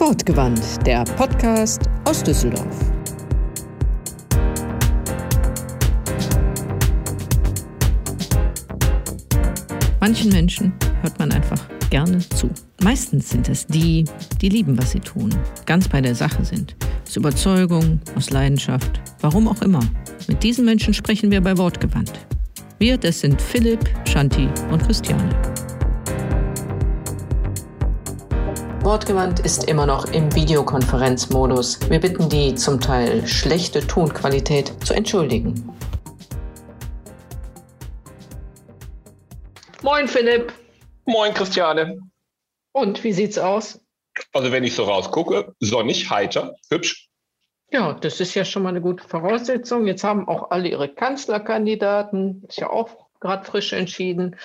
Wortgewandt, der Podcast aus Düsseldorf. Manchen Menschen hört man einfach gerne zu. Meistens sind es die lieben, was sie tun, ganz bei der Sache sind. Aus Überzeugung, aus Leidenschaft, warum auch immer. Mit diesen Menschen sprechen wir bei Wortgewandt. Wir, das sind Philipp, Shanti und Christiane. Wortgewandt ist immer noch im Videokonferenzmodus. Wir bitten die zum Teil schlechte Tonqualität zu entschuldigen. Moin Philipp. Moin Christiane. Und, wie sieht's aus? Also wenn ich so rausgucke, sonnig, heiter, hübsch. Ja, das ist ja schon mal eine gute Voraussetzung. Jetzt haben auch alle ihre Kanzlerkandidaten, ist ja auch gerade frisch entschieden.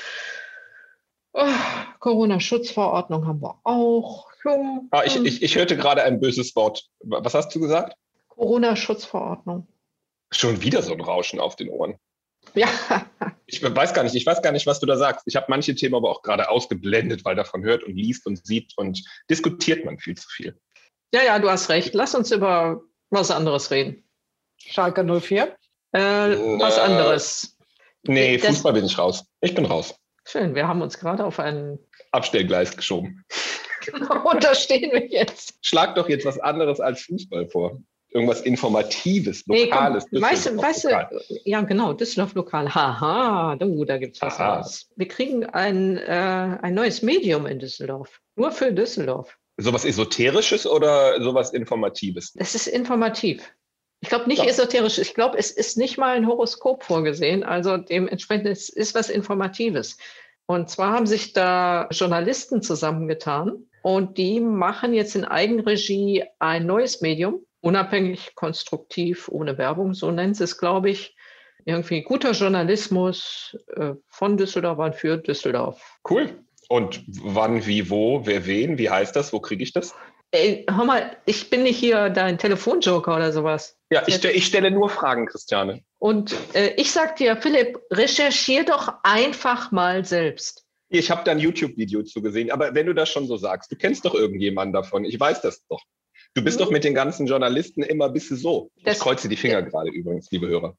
Corona-Schutzverordnung haben wir auch. Ich hörte gerade ein böses Wort. Was hast du gesagt? Corona-Schutzverordnung. Schon wieder so ein Rauschen auf den Ohren. Ja. Ich weiß gar nicht, was du da sagst. Ich habe manche Themen aber auch gerade ausgeblendet, weil davon hört und liest und sieht und diskutiert man viel zu viel. Ja, du hast recht. Lass uns über was anderes reden. Schalke 04? Was anderes. Nee, Fußball bin ich raus. Ich bin raus. Schön, wir haben uns gerade auf ein Abstellgleis geschoben. Genau, und da stehen wir jetzt. Schlag doch jetzt was anderes als Fußball vor. Irgendwas Informatives, Lokales. Nee, weißt du, ja genau, Düsseldorf Lokal. Haha, da gibt's was raus. Wir kriegen ein neues Medium in Düsseldorf. Nur für Düsseldorf. Sowas Esoterisches oder sowas Informatives? Es ist informativ. Ich glaube nicht esoterisch. Ich glaube, es ist nicht mal ein Horoskop vorgesehen. Also dementsprechend es ist was Informatives. Und zwar haben sich da Journalisten zusammengetan und die machen jetzt in Eigenregie ein neues Medium. Unabhängig, konstruktiv, ohne Werbung, so nennt es, glaube ich. Irgendwie guter Journalismus von Düsseldorfern für Düsseldorf. Cool. Und wann, wie, wo, wer, wen? Wie heißt das? Wo kriege ich das? Hör mal, ich bin nicht hier dein Telefonjoker oder sowas. Ja, ich stelle nur Fragen, Christiane. Und ich sag dir, Philipp, recherchier doch einfach mal selbst. Ich habe da ein YouTube-Video zu gesehen, aber wenn du das schon so sagst, du kennst doch irgendjemanden davon, ich weiß das doch. Du bist doch mit den ganzen Journalisten immer ein bisschen so. Ich kreuze die Finger gerade übrigens, liebe Hörer.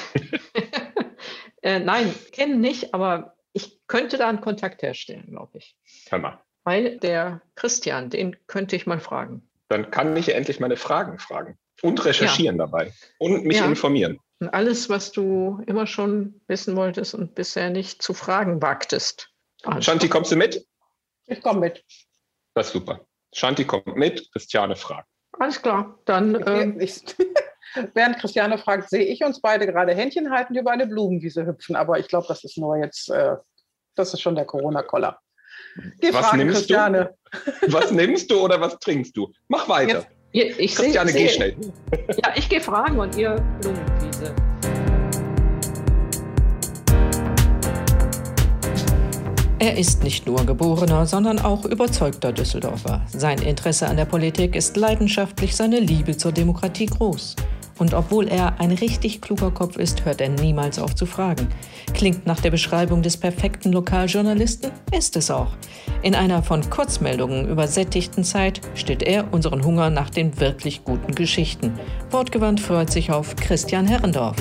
Nein, kenne nicht, aber ich könnte da einen Kontakt herstellen, glaube ich. Hör mal. Weil der Christian, den könnte ich mal fragen. Dann kann ich ja endlich meine Fragen fragen. Und recherchieren dabei. Und mich informieren. Und alles, was du immer schon wissen wolltest und bisher nicht zu fragen wagtest. Shanti, kommst du mit? Ich komme mit. Das ist super. Shanti kommt mit, Christiane fragt. Alles klar, dann... Während Christiane fragt, sehe ich uns beide gerade Händchen halten über eine Blumenwiese hüpfen. Aber ich glaube, das ist nur jetzt, das ist schon der Corona-Koller. Was nimmst Christiane. Du? Was nimmst du oder was trinkst du? Mach weiter. Christiane, geh schnell. Ja, ich gehe fragen und ihr Blumenwiese. Er ist nicht nur geborener, sondern auch überzeugter Düsseldorfer. Sein Interesse an der Politik ist leidenschaftlich, seine Liebe zur Demokratie groß. Und obwohl er ein richtig kluger Kopf ist, hört er niemals auf zu fragen. Klingt nach der Beschreibung des perfekten Lokaljournalisten? Ist es auch. In einer von Kurzmeldungen übersättigten Zeit stillt er unseren Hunger nach den wirklich guten Geschichten. Wortgewandt freut sich auf Christian Herrendorf.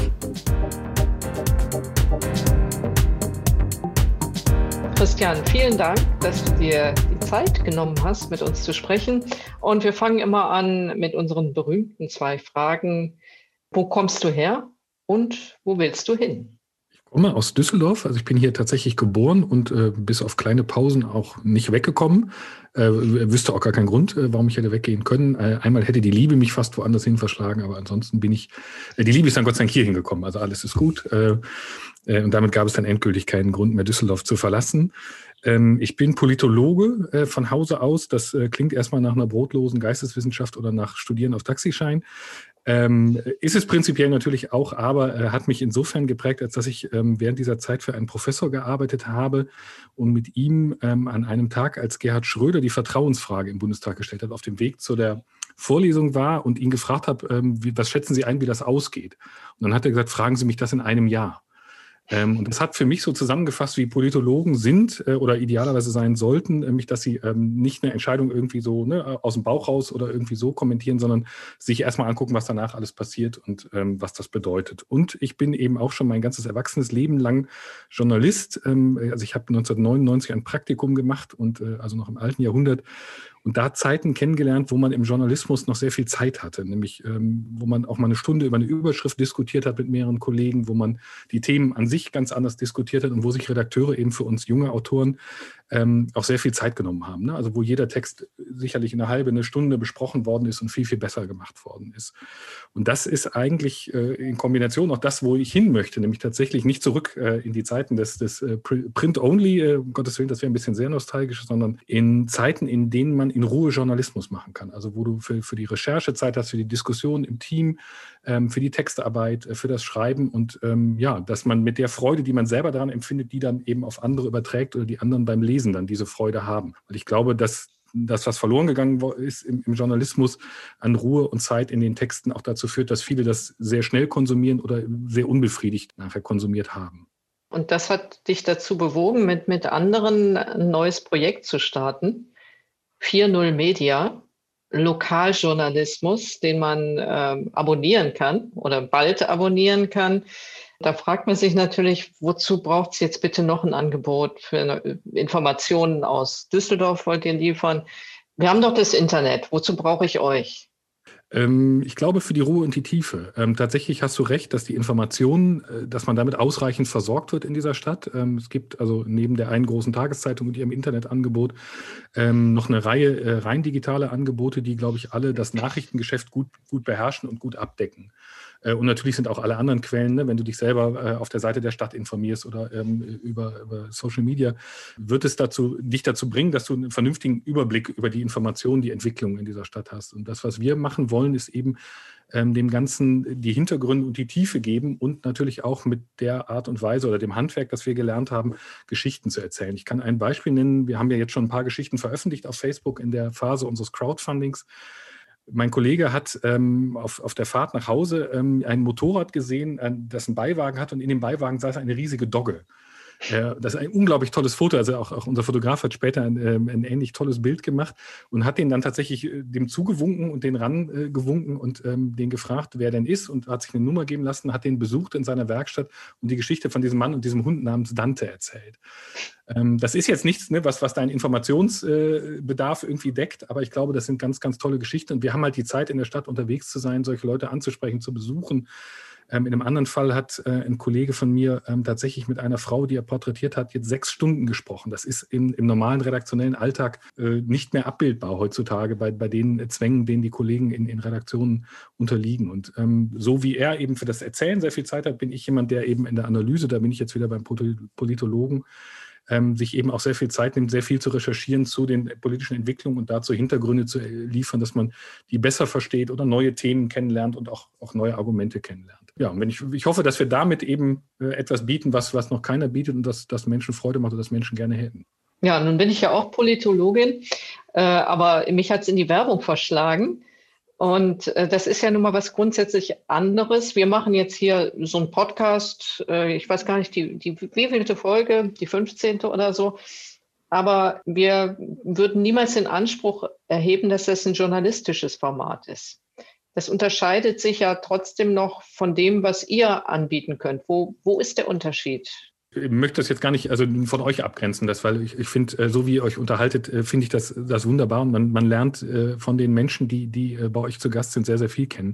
Christian, vielen Dank, dass du dir die Zeit genommen hast, mit uns zu sprechen. Und wir fangen immer an mit unseren berühmten 2 Fragen. Wo kommst du her und wo willst du hin? Ich komme aus Düsseldorf, also ich bin hier tatsächlich geboren und bis auf kleine Pausen auch nicht weggekommen. Wüsste auch gar keinen Grund, warum ich hätte weggehen können. Einmal hätte die Liebe mich fast woanders hin verschlagen, aber ansonsten bin ich, die Liebe ist dann Gott sei Dank hier hingekommen, also alles ist gut. Und damit gab es dann endgültig keinen Grund mehr, Düsseldorf zu verlassen. Ich bin Politologe von Hause aus. Das klingt erstmal nach einer brotlosen Geisteswissenschaft oder nach Studieren auf Taxischein. Ist es prinzipiell natürlich auch, aber hat mich insofern geprägt, als dass ich während dieser Zeit für einen Professor gearbeitet habe und mit ihm an einem Tag, als Gerhard Schröder die Vertrauensfrage im Bundestag gestellt hat, auf dem Weg zu der Vorlesung war und ihn gefragt habe, was schätzen Sie ein, wie das ausgeht? Und dann hat er gesagt, fragen Sie mich das in einem Jahr. Und das hat für mich so zusammengefasst, wie Politologen sind oder idealerweise sein sollten, nämlich, dass sie nicht eine Entscheidung irgendwie so aus dem Bauch raus oder irgendwie so kommentieren, sondern sich erstmal angucken, was danach alles passiert und was das bedeutet. Und ich bin eben auch schon mein ganzes erwachsenes Leben lang Journalist. Also ich habe 1999 ein Praktikum gemacht und also noch im alten Jahrhundert. Und da Zeiten kennengelernt, wo man im Journalismus noch sehr viel Zeit hatte, nämlich wo man auch mal eine Stunde über eine Überschrift diskutiert hat mit mehreren Kollegen, wo man die Themen an sich ganz anders diskutiert hat und wo sich Redakteure eben für uns junge Autoren auch sehr viel Zeit genommen haben. Ne? Also wo jeder Text sicherlich in eine Stunde besprochen worden ist und viel, viel besser gemacht worden ist. Und das ist eigentlich in Kombination auch das, wo ich hin möchte, nämlich tatsächlich nicht zurück in die Zeiten des Print-Only, um Gottes Willen, das wäre ein bisschen sehr nostalgisch, sondern in Zeiten, in denen man in Ruhe Journalismus machen kann. Also wo du für die Recherche Zeit hast, für die Diskussion im Team, für die Textarbeit, für das Schreiben und dass man mit der Freude, die man selber daran empfindet, die dann eben auf andere überträgt oder die anderen beim Lesen dann diese Freude haben. Weil ich glaube, dass das, was verloren gegangen ist im Journalismus an Ruhe und Zeit in den Texten, auch dazu führt, dass viele das sehr schnell konsumieren oder sehr unbefriedigt nachher konsumiert haben. Und das hat dich dazu bewogen, mit anderen ein neues Projekt zu starten. 4.0 Media, Lokaljournalismus, den man abonnieren kann oder bald abonnieren kann. Da fragt man sich natürlich, wozu braucht es jetzt bitte noch ein Angebot für Informationen aus Düsseldorf wollt ihr liefern? Wir haben doch das Internet, wozu brauche ich euch? Ich glaube für die Ruhe und die Tiefe. Tatsächlich hast du recht, dass die Informationen, dass man damit ausreichend versorgt wird in dieser Stadt. Es gibt also neben der einen großen Tageszeitung und ihrem Internetangebot noch eine Reihe rein digitale Angebote, die, glaube ich, alle das Nachrichtengeschäft gut beherrschen und gut abdecken. Und natürlich sind auch alle anderen Quellen, ne, wenn du dich selber auf der Seite der Stadt informierst oder über Social Media, wird es dich dazu bringen, dass du einen vernünftigen Überblick über die Informationen, die Entwicklung in dieser Stadt hast. Und das, was wir machen wollen, ist eben dem Ganzen die Hintergründe und die Tiefe geben und natürlich auch mit der Art und Weise oder dem Handwerk, das wir gelernt haben, Geschichten zu erzählen. Ich kann ein Beispiel nennen. Wir haben ja jetzt schon ein paar Geschichten veröffentlicht auf Facebook in der Phase unseres Crowdfundings. Mein Kollege hat auf der Fahrt nach Hause ein Motorrad gesehen, das einen Beiwagen hat und in dem Beiwagen saß eine riesige Dogge. Das ist ein unglaublich tolles Foto. Also auch unser Fotograf hat später ein ähnlich tolles Bild gemacht und hat den dann tatsächlich dem zugewunken und den rangewunken und den gefragt, wer denn ist und hat sich eine Nummer geben lassen, hat den besucht in seiner Werkstatt und die Geschichte von diesem Mann und diesem Hund namens Dante erzählt. Das ist jetzt nichts, ne, was deinen Informationsbedarf irgendwie deckt, aber ich glaube, das sind ganz, ganz tolle Geschichten und wir haben halt die Zeit in der Stadt unterwegs zu sein, solche Leute anzusprechen, zu besuchen. In einem anderen Fall hat ein Kollege von mir tatsächlich mit einer Frau, die er porträtiert hat, jetzt 6 Stunden gesprochen. Das ist im normalen redaktionellen Alltag nicht mehr abbildbar heutzutage bei den Zwängen, denen die Kollegen in Redaktionen unterliegen. Und so wie er eben für das Erzählen sehr viel Zeit hat, bin ich jemand, der eben in der Analyse, da bin ich jetzt wieder beim Politologen, sich eben auch sehr viel Zeit nimmt, sehr viel zu recherchieren zu den politischen Entwicklungen und dazu Hintergründe zu liefern, dass man die besser versteht oder neue Themen kennenlernt und auch neue Argumente kennenlernt. Ja, und ich hoffe, dass wir damit eben etwas bieten, was noch keiner bietet und das Menschen Freude macht und das Menschen gerne hätten. Ja, nun bin ich ja auch Politologin, aber mich hat es in die Werbung verschlagen. Und das ist ja nun mal was grundsätzlich anderes. Wir machen jetzt hier so einen Podcast, ich weiß gar nicht, die wievielte Folge, die 15. oder so. Aber wir würden niemals den Anspruch erheben, dass das ein journalistisches Format ist. Das unterscheidet sich ja trotzdem noch von dem, was ihr anbieten könnt. Wo ist der Unterschied? Ich möchte das jetzt gar nicht von euch abgrenzen, weil ich finde, so wie ihr euch unterhaltet, finde ich das wunderbar und man lernt von den Menschen, die bei euch zu Gast sind, sehr, sehr viel kennen.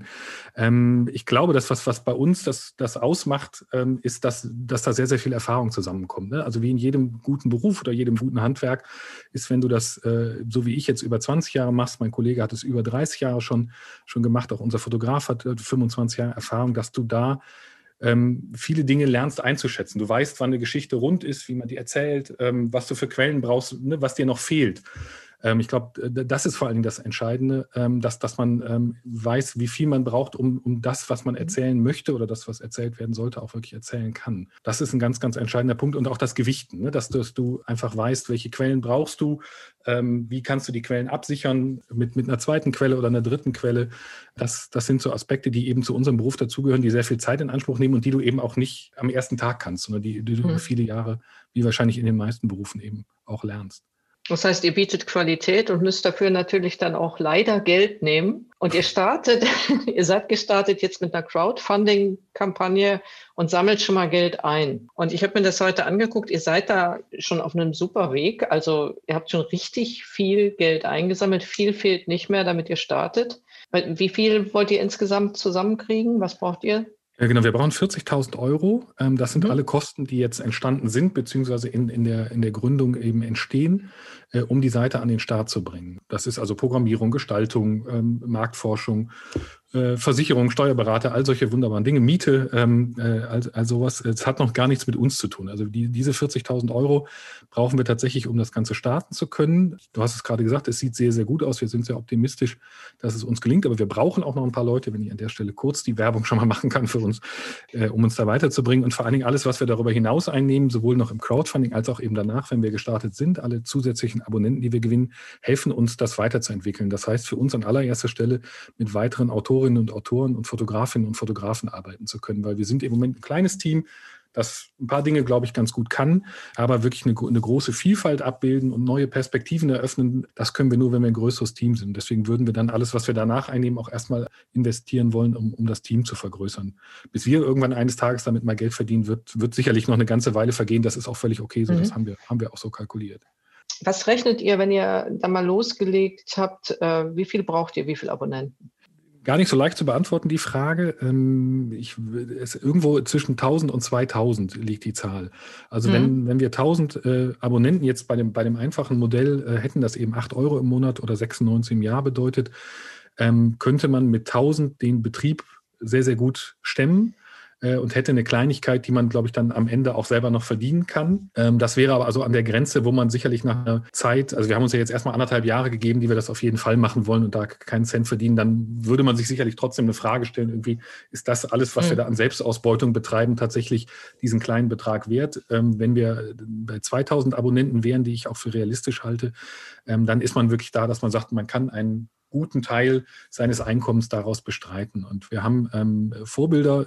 Ich glaube, dass was bei uns das ausmacht, ist, dass da sehr, sehr viel Erfahrung zusammenkommt. Ne? Also wie in jedem guten Beruf oder jedem guten Handwerk ist, wenn du das, so wie ich jetzt über 20 Jahre machst, mein Kollege hat es über 30 Jahre schon gemacht, auch unser Fotograf hat 25 Jahre Erfahrung, dass du da viele Dinge lernst einzuschätzen. Du weißt, wann eine Geschichte rund ist, wie man die erzählt, was du für Quellen brauchst, ne, was dir noch fehlt. Ich glaube, das ist vor allen Dingen das Entscheidende, dass man weiß, wie viel man braucht, um das, was man erzählen möchte oder das, was erzählt werden sollte, auch wirklich erzählen kann. Das ist ein ganz, ganz entscheidender Punkt. Und auch das Gewichten, ne? Dass du einfach weißt, welche Quellen brauchst du, wie kannst du die Quellen absichern mit einer zweiten Quelle oder einer dritten Quelle. Das sind so Aspekte, die eben zu unserem Beruf dazugehören, die sehr viel Zeit in Anspruch nehmen und die du eben auch nicht am ersten Tag kannst, sondern die du über viele Jahre, wie wahrscheinlich in den meisten Berufen eben auch lernst. Das heißt, ihr bietet Qualität und müsst dafür natürlich dann auch leider Geld nehmen. Und ihr seid gestartet jetzt mit einer Crowdfunding-Kampagne und sammelt schon mal Geld ein. Und ich habe mir das heute angeguckt, ihr seid da schon auf einem super Weg. Also ihr habt schon richtig viel Geld eingesammelt. Viel fehlt nicht mehr, damit ihr startet. Wie viel wollt ihr insgesamt zusammenkriegen? Was braucht ihr? Ja, genau, wir brauchen 40.000 Euro. Das sind alle Kosten, die jetzt entstanden sind, beziehungsweise in der Gründung eben entstehen, um die Seite an den Start zu bringen. Das ist also Programmierung, Gestaltung, Marktforschung, Versicherung, Steuerberater, all solche wunderbaren Dinge, Miete, all sowas. Es hat noch gar nichts mit uns zu tun. Also diese 40.000 Euro brauchen wir tatsächlich, um das Ganze starten zu können. Du hast es gerade gesagt, es sieht sehr, sehr gut aus. Wir sind sehr optimistisch, dass es uns gelingt. Aber wir brauchen auch noch ein paar Leute, wenn ich an der Stelle kurz die Werbung schon mal machen kann für uns, um uns da weiterzubringen. Und vor allen Dingen alles, was wir darüber hinaus einnehmen, sowohl noch im Crowdfunding als auch eben danach, wenn wir gestartet sind, alle zusätzlichen Abonnenten, die wir gewinnen, helfen uns, das weiterzuentwickeln. Das heißt für uns an allererster Stelle, mit weiteren Autorinnen und Autoren und Fotografinnen und Fotografen arbeiten zu können, weil wir sind im Moment ein kleines Team, das ein paar Dinge, glaube ich, ganz gut kann, aber wirklich eine große Vielfalt abbilden und neue Perspektiven eröffnen, das können wir nur, wenn wir ein größeres Team sind. Deswegen würden wir dann alles, was wir danach einnehmen, auch erstmal investieren wollen, um das Team zu vergrößern. Bis wir irgendwann eines Tages damit mal Geld verdienen, wird sicherlich noch eine ganze Weile vergehen. Das ist auch völlig okay so. Das haben wir auch so kalkuliert. Was rechnet ihr, wenn ihr da mal losgelegt habt? Wie viel braucht ihr, wie viele Abonnenten? Gar nicht so leicht zu beantworten, die Frage. Irgendwo zwischen 1.000 und 2.000 liegt die Zahl. Also wenn wir 1.000 Abonnenten jetzt bei dem einfachen Modell hätten, das eben 8 Euro im Monat oder 96 im Jahr bedeutet, könnte man mit 1.000 den Betrieb sehr, sehr gut stemmen. Und hätte eine Kleinigkeit, die man, glaube ich, dann am Ende auch selber noch verdienen kann. Das wäre aber also an der Grenze, wo man sicherlich nach einer Zeit, also wir haben uns ja jetzt erstmal 1,5 Jahre gegeben, die wir das auf jeden Fall machen wollen und da keinen Cent verdienen, dann würde man sich sicherlich trotzdem eine Frage stellen, irgendwie, ist das alles, was wir da an Selbstausbeutung betreiben, tatsächlich diesen kleinen Betrag wert? Wenn wir bei 2.000 Abonnenten wären, die ich auch für realistisch halte, dann ist man wirklich da, dass man sagt, man kann einen guten Teil seines Einkommens daraus bestreiten. Und wir haben Vorbilder,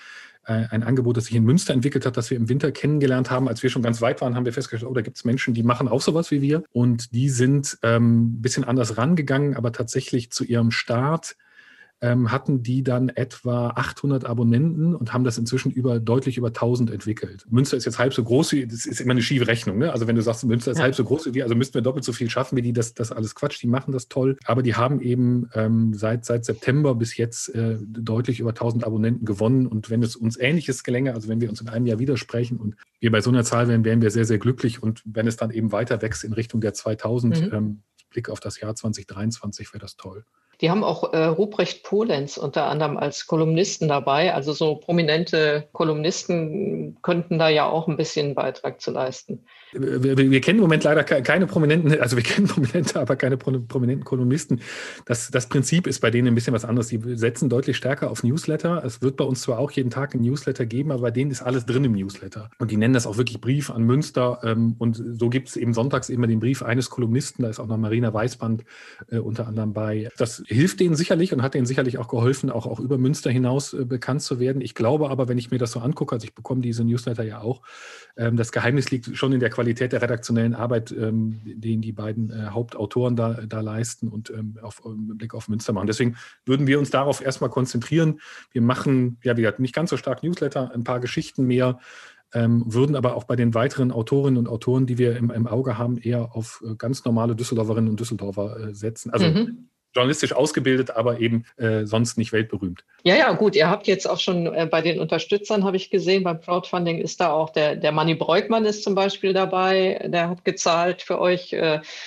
ein Angebot, das sich in Münster entwickelt hat, das wir im Winter kennengelernt haben. Als wir schon ganz weit waren, haben wir festgestellt, da gibt es Menschen, die machen auch sowas wie wir. Und die sind ein bisschen anders rangegangen, aber tatsächlich zu ihrem Start hatten die dann etwa 800 Abonnenten und haben das inzwischen deutlich über 1.000 entwickelt. Münster ist jetzt halb so groß wie, das ist immer eine schiefe Rechnung, ne? Also wenn du sagst, Münster ist halb so groß wie wir, also müssten wir doppelt so viel schaffen wie die, das alles Quatsch, die machen das toll. Aber die haben eben seit September bis jetzt deutlich über 1.000 Abonnenten gewonnen. Und wenn es uns Ähnliches gelänge, also wenn wir uns in einem Jahr widersprechen und wir bei so einer Zahl wären wir sehr, sehr glücklich. Und wenn es dann eben weiter wächst in Richtung der 2.000, Blick auf das Jahr 2023, wäre das toll. Die haben auch Ruprecht Polenz unter anderem als Kolumnisten dabei. Also so prominente Kolumnisten könnten da ja auch ein bisschen einen Beitrag zu leisten. Wir kennen im Moment leider keine Prominenten, also wir kennen Prominente, aber keine prominenten Kolumnisten. Das Prinzip ist bei denen ein bisschen was anderes. Die setzen deutlich stärker auf Newsletter. Es wird bei uns zwar auch jeden Tag ein Newsletter geben, aber bei denen ist alles drin im Newsletter. Und die nennen das auch wirklich Brief an Münster. Und so gibt es eben sonntags immer den Brief eines Kolumnisten. Da ist auch noch Marina Weißband unter anderem bei. Das hilft denen sicherlich und hat denen sicherlich auch geholfen, auch über Münster hinaus bekannt zu werden. Ich glaube aber, wenn ich mir das so angucke, also ich bekomme diese Newsletter ja auch, das Geheimnis liegt schon in der Qualität der redaktionellen Arbeit, den die beiden Hauptautoren da leisten und mit Blick auf Münster machen. Deswegen würden wir uns darauf erstmal konzentrieren. Wir machen, ja, wie gesagt, nicht ganz so stark Newsletter, ein paar Geschichten mehr, würden aber auch bei den weiteren Autorinnen und Autoren, die wir im Auge haben, eher auf ganz normale Düsseldorferinnen und Düsseldorfer setzen. Also journalistisch ausgebildet, aber eben sonst nicht weltberühmt. Ja, gut. Ihr habt jetzt auch schon bei den Unterstützern, habe ich gesehen, beim Crowdfunding ist da auch der Manni Breukmann ist zum Beispiel dabei. Der hat gezahlt für euch.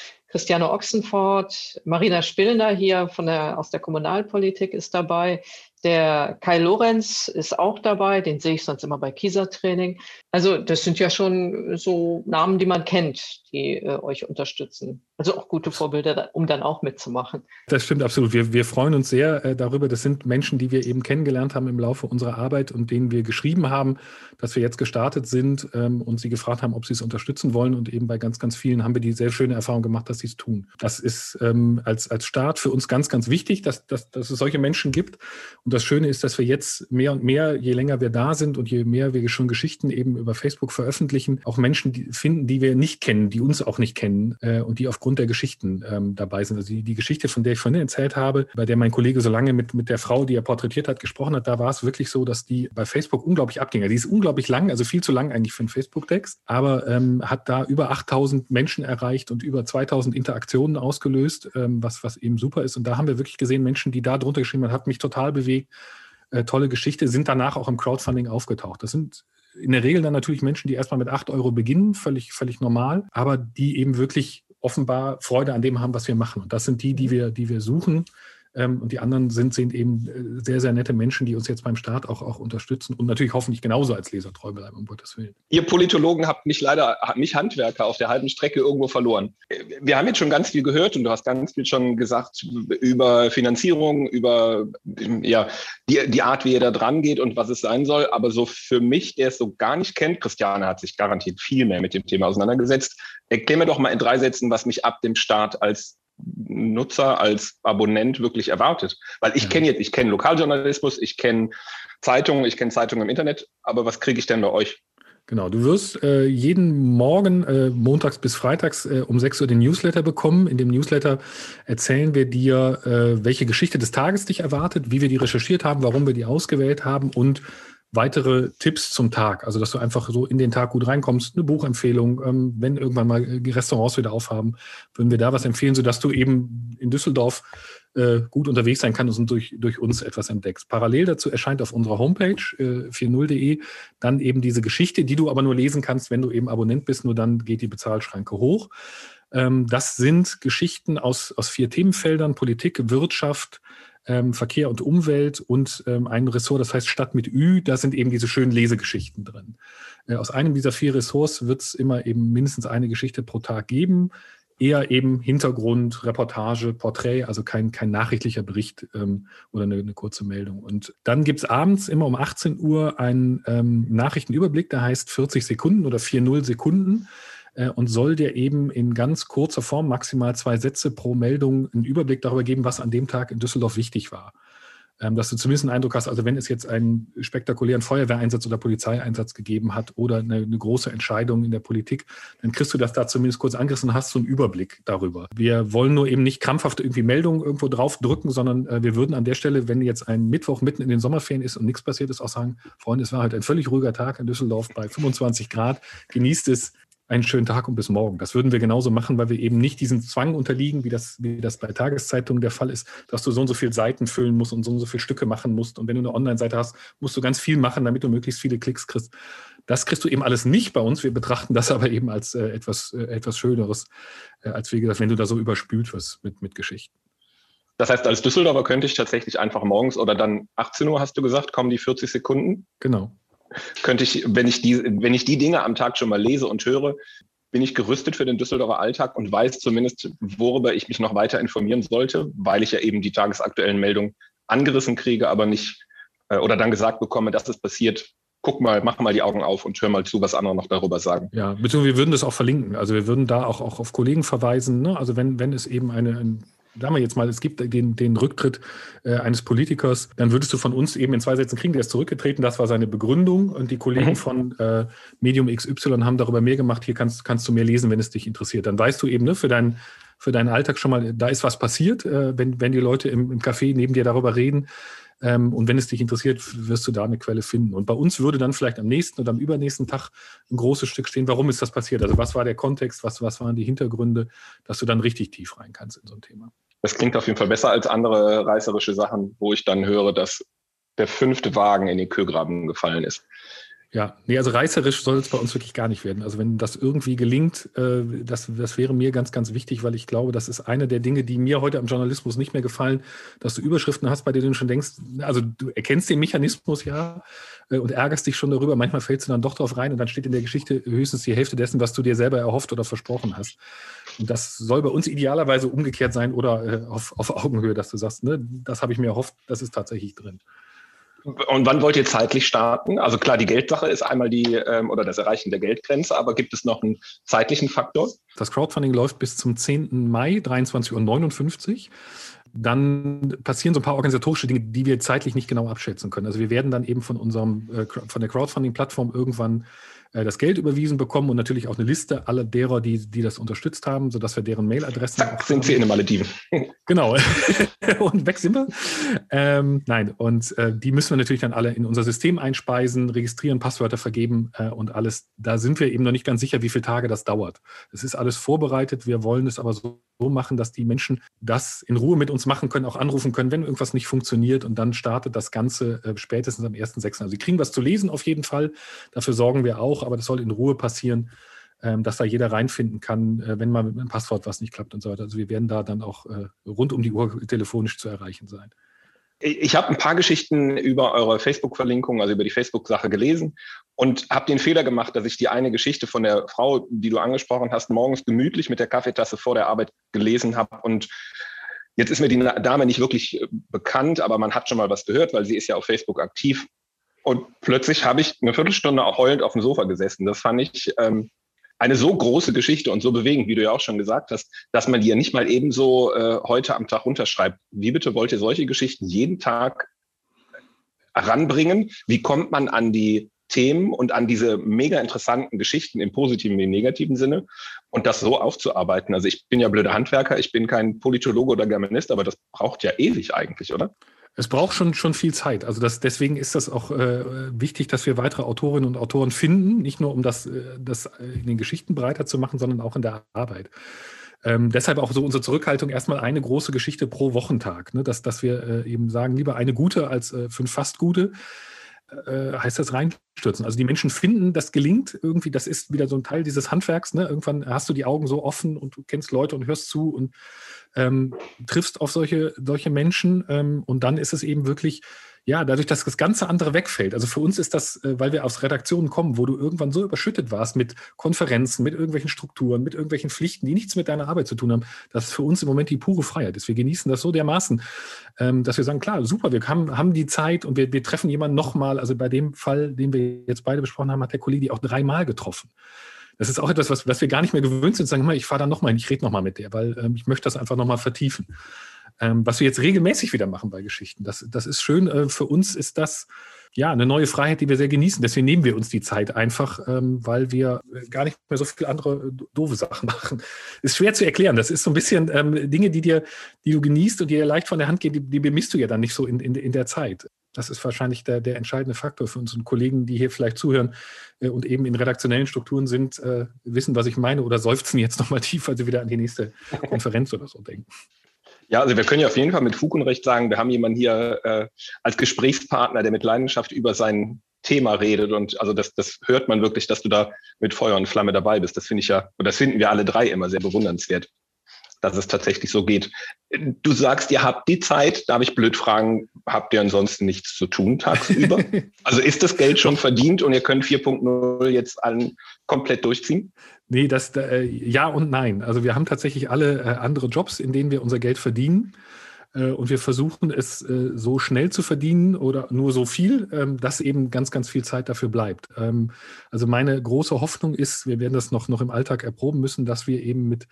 Christiane Ochsenfort, Marina Spillner hier aus der Kommunalpolitik ist dabei. Der Kai Lorenz ist auch dabei, den sehe ich sonst immer bei Kieser-Training. Also das sind ja schon so Namen, die man kennt, die euch unterstützen. Also auch gute Vorbilder, um dann auch mitzumachen. Das stimmt absolut. Wir freuen uns sehr darüber. Das sind Menschen, die wir eben kennengelernt haben im Laufe unserer Arbeit und denen wir geschrieben haben, dass wir jetzt gestartet sind und sie gefragt haben, ob sie es unterstützen wollen. Und eben bei ganz, ganz vielen haben wir die sehr schöne Erfahrung gemacht, dass sie es tun. Das ist als Start für uns ganz, ganz wichtig, dass es solche Menschen gibt. Und das Schöne ist, dass wir jetzt mehr und mehr, je länger wir da sind und je mehr wir schon Geschichten eben über Facebook veröffentlichen, auch Menschen finden, die wir nicht kennen, die uns auch nicht kennen und die aufgrund der Geschichten dabei sind. Also die Geschichte, von der ich vorhin erzählt habe, bei der mein Kollege so lange mit der Frau, die er porträtiert hat, gesprochen hat, da war es wirklich so, dass die bei Facebook unglaublich abging. Die ist unglaublich lang, also viel zu lang eigentlich für einen Facebook-Text, aber hat da über 8.000 Menschen erreicht und über 2.000 Interaktionen ausgelöst, was eben super ist. Und da haben wir wirklich gesehen, Menschen, die da drunter geschrieben haben, hat mich total bewegt, tolle Geschichte, sind danach auch im Crowdfunding aufgetaucht. Das sind in der Regel dann natürlich Menschen, die erstmal mit 8 € beginnen, völlig normal, aber die eben wirklich offenbar Freude an dem haben, was wir machen. Und das sind die wir suchen. Und die anderen sind eben sehr, sehr nette Menschen, die uns jetzt beim Start auch unterstützen und natürlich hoffentlich genauso als Leser treu bleiben, um Gottes Willen. Ihr Politologen habt mich Handwerker auf der halben Strecke irgendwo verloren. Wir haben jetzt schon ganz viel gehört und du hast ganz viel schon gesagt über Finanzierung, über die Art, wie ihr da dran geht und was es sein soll. Aber so für mich, der es so gar nicht kennt, Christiane hat sich garantiert viel mehr mit dem Thema auseinandergesetzt. Erklär mir doch mal in 3 Sätzen, was mich ab dem Start als Nutzer, als Abonnent wirklich erwartet. Weil ich kenne Lokaljournalismus, ich kenne Zeitungen im Internet, aber was kriege ich denn bei euch? Genau, du wirst jeden Morgen, montags bis freitags um 6 Uhr den Newsletter bekommen. In dem Newsletter erzählen wir dir, welche Geschichte des Tages dich erwartet, wie wir die recherchiert haben, warum wir die ausgewählt haben und weitere Tipps zum Tag, also dass du einfach so in den Tag gut reinkommst, eine Buchempfehlung, wenn irgendwann mal die Restaurants wieder aufhaben, würden wir da was empfehlen, sodass du eben in Düsseldorf gut unterwegs sein kannst und durch uns etwas entdeckst. Parallel dazu erscheint auf unserer Homepage 40.de dann eben diese Geschichte, die du aber nur lesen kannst, wenn du eben Abonnent bist, nur dann geht die Bezahlschranke hoch. Das sind Geschichten aus 4 Themenfeldern, Politik, Wirtschaft, Verkehr und Umwelt und ein Ressort, das heißt Stadt mit Ü, da sind eben diese schönen Lesegeschichten drin. Aus einem dieser 4 Ressorts wird es immer eben mindestens eine Geschichte pro Tag geben, eher eben Hintergrund, Reportage, Porträt, also kein nachrichtlicher Bericht oder eine kurze Meldung. Und dann gibt es abends immer um 18 Uhr einen Nachrichtenüberblick, der heißt 40 Sekunden oder 40 Sekunden. Und soll dir eben in ganz kurzer Form, maximal 2 Sätze pro Meldung, einen Überblick darüber geben, was an dem Tag in Düsseldorf wichtig war. Dass du zumindest einen Eindruck hast, also wenn es jetzt einen spektakulären Feuerwehreinsatz oder Polizeieinsatz gegeben hat oder eine große Entscheidung in der Politik, dann kriegst du das da zumindest kurz angerissen und hast so einen Überblick darüber. Wir wollen nur eben nicht krampfhaft irgendwie Meldungen irgendwo drauf drücken, sondern wir würden an der Stelle, wenn jetzt ein Mittwoch mitten in den Sommerferien ist und nichts passiert ist, auch sagen, Freunde, es war halt ein völlig ruhiger Tag in Düsseldorf bei 25 Grad, genießt es. Einen schönen Tag und bis morgen. Das würden wir genauso machen, weil wir eben nicht diesem Zwang unterliegen, wie das bei Tageszeitungen der Fall ist, dass du so und so viele Seiten füllen musst und so viele Stücke machen musst. Und wenn du eine Online-Seite hast, musst du ganz viel machen, damit du möglichst viele Klicks kriegst. Das kriegst du eben alles nicht bei uns. Wir betrachten das aber eben als etwas Schöneres, als wie gesagt, wenn du da so überspült wirst mit Geschichten. Das heißt, als Düsseldorfer könnte ich tatsächlich einfach morgens oder dann 18 Uhr, hast du gesagt, kommen die 40 Sekunden? Genau. Könnte ich, wenn ich die Dinge am Tag schon mal lese und höre, bin ich gerüstet für den Düsseldorfer Alltag und weiß zumindest, worüber ich mich noch weiter informieren sollte, weil ich ja eben die tagesaktuellen Meldungen angerissen kriege, aber nicht oder dann gesagt bekomme, das ist passiert. Guck mal, mach mal die Augen auf und hör mal zu, was andere noch darüber sagen. Ja, beziehungsweise wir würden das auch verlinken. Also wir würden da auch auf Kollegen verweisen. Ne? Also wenn es eben sagen wir jetzt mal, es gibt den Rücktritt eines Politikers, dann würdest du von uns eben in 2 Sätzen kriegen, der ist zurückgetreten, das war seine Begründung und die Kollegen von Medium XY haben darüber mehr gemacht, hier kannst du mehr lesen, wenn es dich interessiert. Dann weißt du eben, ne, für deinen Alltag schon mal, da ist was passiert, wenn die Leute im Café neben dir darüber reden. Und wenn es dich interessiert, wirst du da eine Quelle finden. Und bei uns würde dann vielleicht am nächsten oder am übernächsten Tag ein großes Stück stehen, warum ist das passiert? Also was war der Kontext, was waren die Hintergründe, dass du dann richtig tief rein kannst in so ein Thema. Das klingt auf jeden Fall besser als andere reißerische Sachen, wo ich dann höre, dass der 5. Wagen in den Kühlgraben gefallen ist. Ja, nee, also reißerisch soll es bei uns wirklich gar nicht werden. Also wenn das irgendwie gelingt, das wäre mir ganz, ganz wichtig, weil ich glaube, das ist eine der Dinge, die mir heute am Journalismus nicht mehr gefallen, dass du Überschriften hast, bei denen du schon denkst, also du erkennst den Mechanismus ja und ärgerst dich schon darüber. Manchmal fällst du dann doch drauf rein und dann steht in der Geschichte höchstens die Hälfte dessen, was du dir selber erhofft oder versprochen hast. Und das soll bei uns idealerweise umgekehrt sein oder auf Augenhöhe, dass du sagst, ne, das habe ich mir erhofft, das ist tatsächlich drin. Und wann wollt ihr zeitlich starten? Also klar, die Geldsache ist einmal oder das Erreichen der Geldgrenze, aber gibt es noch einen zeitlichen Faktor? Das Crowdfunding läuft bis zum 10. Mai, 23:59 Uhr. Dann passieren so ein paar organisatorische Dinge, die wir zeitlich nicht genau abschätzen können. Also wir werden dann eben von der Crowdfunding-Plattform irgendwann das Geld überwiesen bekommen und natürlich auch eine Liste aller derer, die das unterstützt haben, sodass wir deren Mailadressen Zack, sind sie in den Malediven. Genau. Und weg sind wir. Nein, und die müssen wir natürlich dann alle in unser System einspeisen, registrieren, Passwörter vergeben und alles. Da sind wir eben noch nicht ganz sicher, wie viele Tage das dauert. Es ist alles vorbereitet. Wir wollen es aber so machen, dass die Menschen das in Ruhe mit uns machen können, auch anrufen können, wenn irgendwas nicht funktioniert. Und dann startet das Ganze spätestens am 1.6. Also sie kriegen was zu lesen auf jeden Fall. Dafür sorgen wir auch, aber das soll in Ruhe passieren, dass da jeder reinfinden kann, wenn mal mit einem Passwort was nicht klappt und so weiter. Also wir werden da dann auch rund um die Uhr telefonisch zu erreichen sein. Ich habe ein paar Geschichten über eure Facebook-Verlinkung, also über die Facebook-Sache gelesen und habe den Fehler gemacht, dass ich die eine Geschichte von der Frau, die du angesprochen hast, morgens gemütlich mit der Kaffeetasse vor der Arbeit gelesen habe. Und jetzt ist mir die Dame nicht wirklich bekannt, aber man hat schon mal was gehört, weil sie ist ja auf Facebook aktiv. Und plötzlich habe ich eine Viertelstunde auch heulend auf dem Sofa gesessen. Das fand ich eine so große Geschichte und so bewegend, wie du ja auch schon gesagt hast, dass man die ja nicht mal ebenso heute am Tag runterschreibt. Wie bitte wollt ihr solche Geschichten jeden Tag heranbringen? Wie kommt man an die Themen und an diese mega interessanten Geschichten im positiven wie im negativen Sinne und das so aufzuarbeiten? Also ich bin ja blöder Handwerker, ich bin kein Politologe oder Germanist, aber das braucht ja ewig eigentlich, oder? Es braucht schon viel Zeit. Also deswegen ist das auch wichtig, dass wir weitere Autorinnen und Autoren finden, nicht nur um das in den Geschichten breiter zu machen, sondern auch in der Arbeit. Deshalb auch so unsere Zurückhaltung, erstmal eine große Geschichte pro Wochentag, ne? Dass wir eben sagen, lieber eine gute als 5 fast gute, heißt das reinstürzen. Also die Menschen finden, das gelingt irgendwie, das ist wieder so ein Teil dieses Handwerks. Ne? Irgendwann hast du die Augen so offen und du kennst Leute und hörst zu und triffst auf solche Menschen und dann ist es eben wirklich, ja, dadurch, dass das ganze andere wegfällt. Also für uns ist das, weil wir aus Redaktionen kommen, wo du irgendwann so überschüttet warst mit Konferenzen, mit irgendwelchen Strukturen, mit irgendwelchen Pflichten, die nichts mit deiner Arbeit zu tun haben, das ist für uns im Moment die pure Freiheit ist. Wir genießen das so dermaßen, dass wir sagen, klar, super, wir haben die Zeit und wir treffen jemanden nochmal. Also bei dem Fall, den wir jetzt beide besprochen haben, hat der Kollege die auch 3-mal getroffen. Das ist auch etwas, was wir gar nicht mehr gewöhnt sind, sagen, ich fahre da nochmal hin, ich rede nochmal mit der, weil ich möchte das einfach nochmal vertiefen. Was wir jetzt regelmäßig wieder machen bei Geschichten, das ist schön. Für uns ist das ja eine neue Freiheit, die wir sehr genießen. Deswegen nehmen wir uns die Zeit einfach, weil wir gar nicht mehr so viele andere doofe Sachen machen. Ist schwer zu erklären. Das ist so ein bisschen Dinge, die du genießt und die dir leicht von der Hand gehen, die bemisst du ja dann nicht so in der Zeit. Das ist wahrscheinlich der entscheidende Faktor für unsere Kollegen, die hier vielleicht zuhören und eben in redaktionellen Strukturen sind, wissen, was ich meine oder seufzen jetzt nochmal tief, weil sie wieder an die nächste Konferenz oder so denken. Ja, also wir können ja auf jeden Fall mit Fug und Recht sagen, wir haben jemanden hier als Gesprächspartner, der mit Leidenschaft über sein Thema redet. Und also das hört man wirklich, dass du da mit Feuer und Flamme dabei bist. Das finde ich ja, und das finden wir alle drei immer sehr bewundernswert, dass es tatsächlich so geht. Du sagst, ihr habt die Zeit, darf ich blöd fragen, habt ihr ansonsten nichts zu tun tagsüber? Also ist das Geld schon verdient und ihr könnt 4.0 jetzt allen komplett durchziehen? Nee, ja und nein. Also wir haben tatsächlich alle andere Jobs, in denen wir unser Geld verdienen. Und wir versuchen es so schnell zu verdienen oder nur so viel, dass eben ganz, ganz viel Zeit dafür bleibt. Also meine große Hoffnung ist, wir werden das noch im Alltag erproben müssen, dass wir eben mit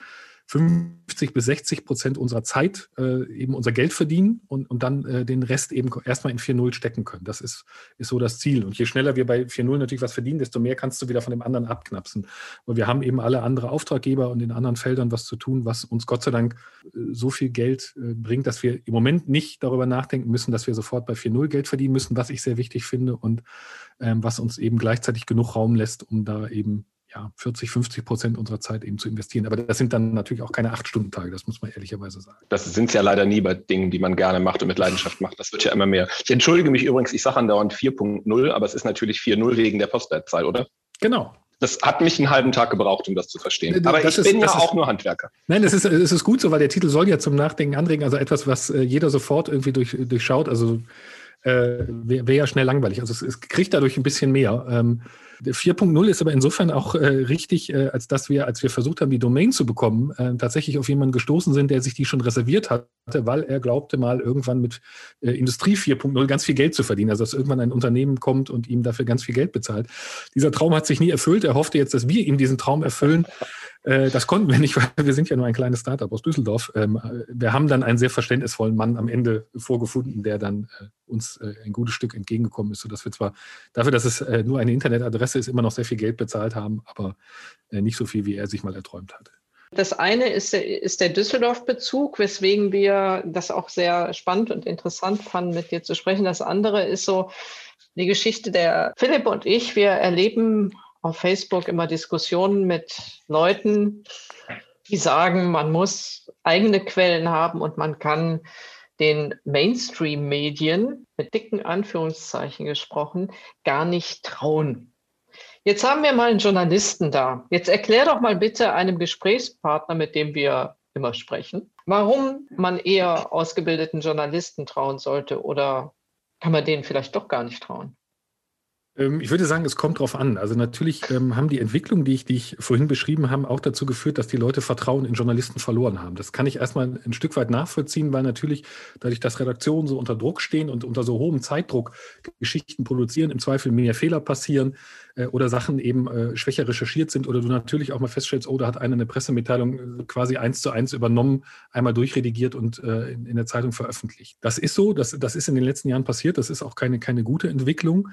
50-60% unserer Zeit eben unser Geld verdienen und dann den Rest eben erstmal in 4.0 stecken können. Das ist so das Ziel. Und je schneller wir bei 4.0 natürlich was verdienen, desto mehr kannst du wieder von dem anderen abknapsen. Und wir haben eben alle andere Auftraggeber und in anderen Feldern was zu tun, was uns Gott sei Dank so viel Geld bringt, dass wir im Moment nicht darüber nachdenken müssen, dass wir sofort bei 4.0 Geld verdienen müssen, was ich sehr wichtig finde und was uns eben gleichzeitig genug Raum lässt, um da eben 40-50% unserer Zeit eben zu investieren. Aber das sind dann natürlich auch keine 8-Stunden-Tage, das muss man ehrlicherweise sagen. Das sind es ja leider nie bei Dingen, die man gerne macht und mit Leidenschaft macht. Das wird ja immer mehr. Ich entschuldige mich übrigens, ich sage andauernd 4.0, aber es ist natürlich 4.0 wegen der Postleitzahl, oder? Genau. Das hat mich einen halben Tag gebraucht, um das zu verstehen. Aber ich bin ja auch nur Handwerker. Nein, es ist gut so, weil der Titel soll ja zum Nachdenken anregen. Also etwas, was jeder sofort irgendwie durchschaut. Also wäre ja schnell langweilig. Also es kriegt dadurch ein bisschen mehr. 4.0 ist aber insofern auch richtig, als wir versucht haben, die Domain zu bekommen, tatsächlich auf jemanden gestoßen sind, der sich die schon reserviert hatte, weil er glaubte mal irgendwann mit Industrie 4.0 ganz viel Geld zu verdienen. Also dass irgendwann ein Unternehmen kommt und ihm dafür ganz viel Geld bezahlt. Dieser Traum hat sich nie erfüllt. Er hoffte jetzt, dass wir ihm diesen Traum erfüllen. Das konnten wir nicht, weil wir sind ja nur ein kleines Startup aus Düsseldorf. Wir haben dann einen sehr verständnisvollen Mann am Ende vorgefunden, der dann uns ein gutes Stück entgegengekommen ist, sodass wir zwar dafür, dass es nur eine Internetadresse ist, immer noch sehr viel Geld bezahlt haben, aber nicht so viel, wie er sich mal erträumt hatte. Das eine ist der Düsseldorf-Bezug, weswegen wir das auch sehr spannend und interessant fanden, mit dir zu sprechen. Das andere ist so die Geschichte der Philipp und ich. Wir erleben auf Facebook immer Diskussionen mit Leuten, die sagen, man muss eigene Quellen haben und man kann den Mainstream-Medien, mit dicken Anführungszeichen gesprochen, gar nicht trauen. Jetzt haben wir mal einen Journalisten da. Jetzt erklär doch mal bitte einem Gesprächspartner, mit dem wir immer sprechen, warum man eher ausgebildeten Journalisten trauen sollte, oder kann man denen vielleicht doch gar nicht trauen? Ich würde sagen, es kommt drauf an. Also natürlich haben die Entwicklungen, die ich vorhin beschrieben habe, auch dazu geführt, dass die Leute Vertrauen in Journalisten verloren haben. Das kann ich erstmal ein Stück weit nachvollziehen, weil natürlich dadurch, dass Redaktionen so unter Druck stehen und unter so hohem Zeitdruck Geschichten produzieren, im Zweifel mehr Fehler passieren oder Sachen eben schwächer recherchiert sind oder du natürlich auch mal feststellst, da hat einer eine Pressemitteilung quasi 1:1 übernommen, einmal durchredigiert und in der Zeitung veröffentlicht. Das ist so, das ist in den letzten Jahren passiert, das ist auch keine gute Entwicklung.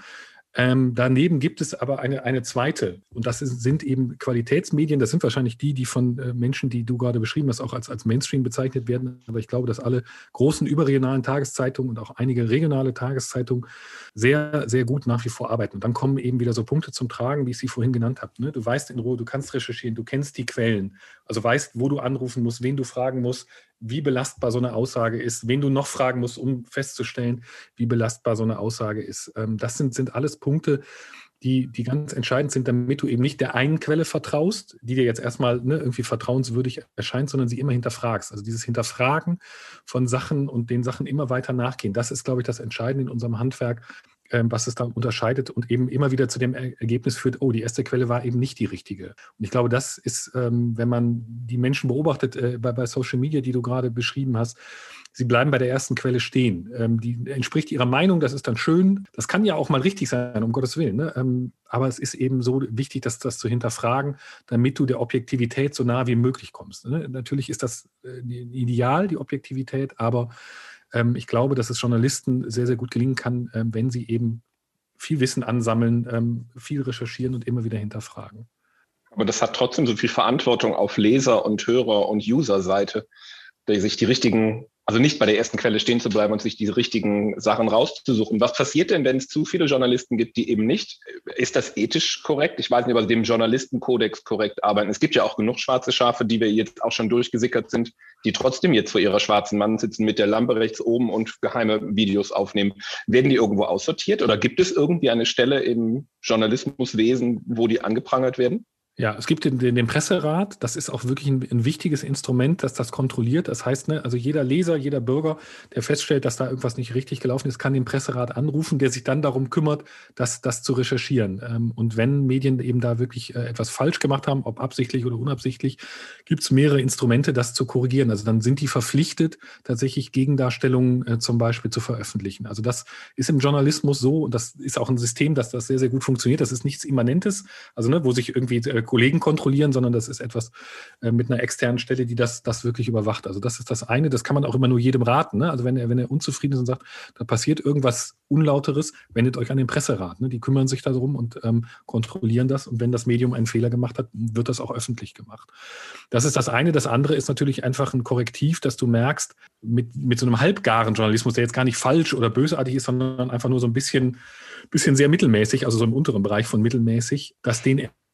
Daneben gibt es aber eine zweite, und das sind eben Qualitätsmedien. Das sind wahrscheinlich die von Menschen, die du gerade beschrieben hast, auch als Mainstream bezeichnet werden. Aber ich glaube, dass alle großen überregionalen Tageszeitungen und auch einige regionale Tageszeitungen sehr, sehr gut nach wie vor arbeiten. Und dann kommen eben wieder so Punkte zum Tragen, wie ich sie vorhin genannt habe. Ne? Du weißt in Ruhe, du kannst recherchieren, du kennst die Quellen, also weißt, wo du anrufen musst, wen du fragen musst, wie belastbar so eine Aussage ist, wen du noch fragen musst, um festzustellen, wie belastbar so eine Aussage ist. Das sind alles Punkte, die ganz entscheidend sind, damit du eben nicht der einen Quelle vertraust, die dir jetzt erstmal irgendwie vertrauenswürdig erscheint, sondern sie immer hinterfragst. Also dieses Hinterfragen von Sachen und den Sachen immer weiter nachgehen, das ist, glaube ich, das Entscheidende in unserem Handwerk, was es dann unterscheidet und eben immer wieder zu dem Ergebnis führt, die erste Quelle war eben nicht die richtige. Und ich glaube, das ist, wenn man die Menschen beobachtet bei Social Media, die du gerade beschrieben hast, sie bleiben bei der ersten Quelle stehen. Die entspricht ihrer Meinung, das ist dann schön. Das kann ja auch mal richtig sein, um Gottes Willen. Ne? Aber es ist eben so wichtig, das zu hinterfragen, damit du der Objektivität so nah wie möglich kommst. Ne? Natürlich ist das ideal, die Objektivität, aber ich glaube, dass es Journalisten sehr, sehr gut gelingen kann, wenn sie eben viel Wissen ansammeln, viel recherchieren und immer wieder hinterfragen. Aber das hat trotzdem so viel Verantwortung auf Leser- und Hörer- und User-Seite, sich die richtigen, also nicht bei der ersten Quelle stehen zu bleiben und sich die richtigen Sachen rauszusuchen. Was passiert denn, wenn es zu viele Journalisten gibt, die eben nicht? Ist das ethisch korrekt? Ich weiß nicht, ob wir dem Journalistenkodex korrekt arbeiten. Es gibt ja auch genug schwarze Schafe, die wir jetzt auch schon durchgesickert sind, die trotzdem jetzt vor ihrer schwarzen Wand sitzen mit der Lampe rechts oben und geheime Videos aufnehmen. Werden die irgendwo aussortiert oder gibt es irgendwie eine Stelle im Journalismuswesen, wo die angeprangert werden? Ja, es gibt den Presserat, das ist auch wirklich ein wichtiges Instrument, das das kontrolliert. Das heißt, also jeder Leser, jeder Bürger, der feststellt, dass da irgendwas nicht richtig gelaufen ist, kann den Presserat anrufen, der sich dann darum kümmert, das zu recherchieren. Und wenn Medien eben da wirklich etwas falsch gemacht haben, ob absichtlich oder unabsichtlich, gibt es mehrere Instrumente, das zu korrigieren. Also dann sind die verpflichtet, tatsächlich Gegendarstellungen zum Beispiel zu veröffentlichen. Also das ist im Journalismus so, und das ist auch ein System, das sehr, sehr gut funktioniert. Das ist nichts Immanentes, also wo sich irgendwie Kollegen kontrollieren, sondern das ist etwas mit einer externen Stelle, die das wirklich überwacht. Also das ist das eine, das kann man auch immer nur jedem raten. Ne? Also wenn er unzufrieden ist und sagt, da passiert irgendwas Unlauteres, wendet euch an den Presserat. Ne? Die kümmern sich darum und kontrollieren das. Und wenn das Medium einen Fehler gemacht hat, wird das auch öffentlich gemacht. Das ist das eine. Das andere ist natürlich einfach ein Korrektiv, dass du merkst, mit so einem halbgaren Journalismus, der jetzt gar nicht falsch oder bösartig ist, sondern einfach nur so ein bisschen sehr mittelmäßig, also so im unteren Bereich von mittelmäßig, dass den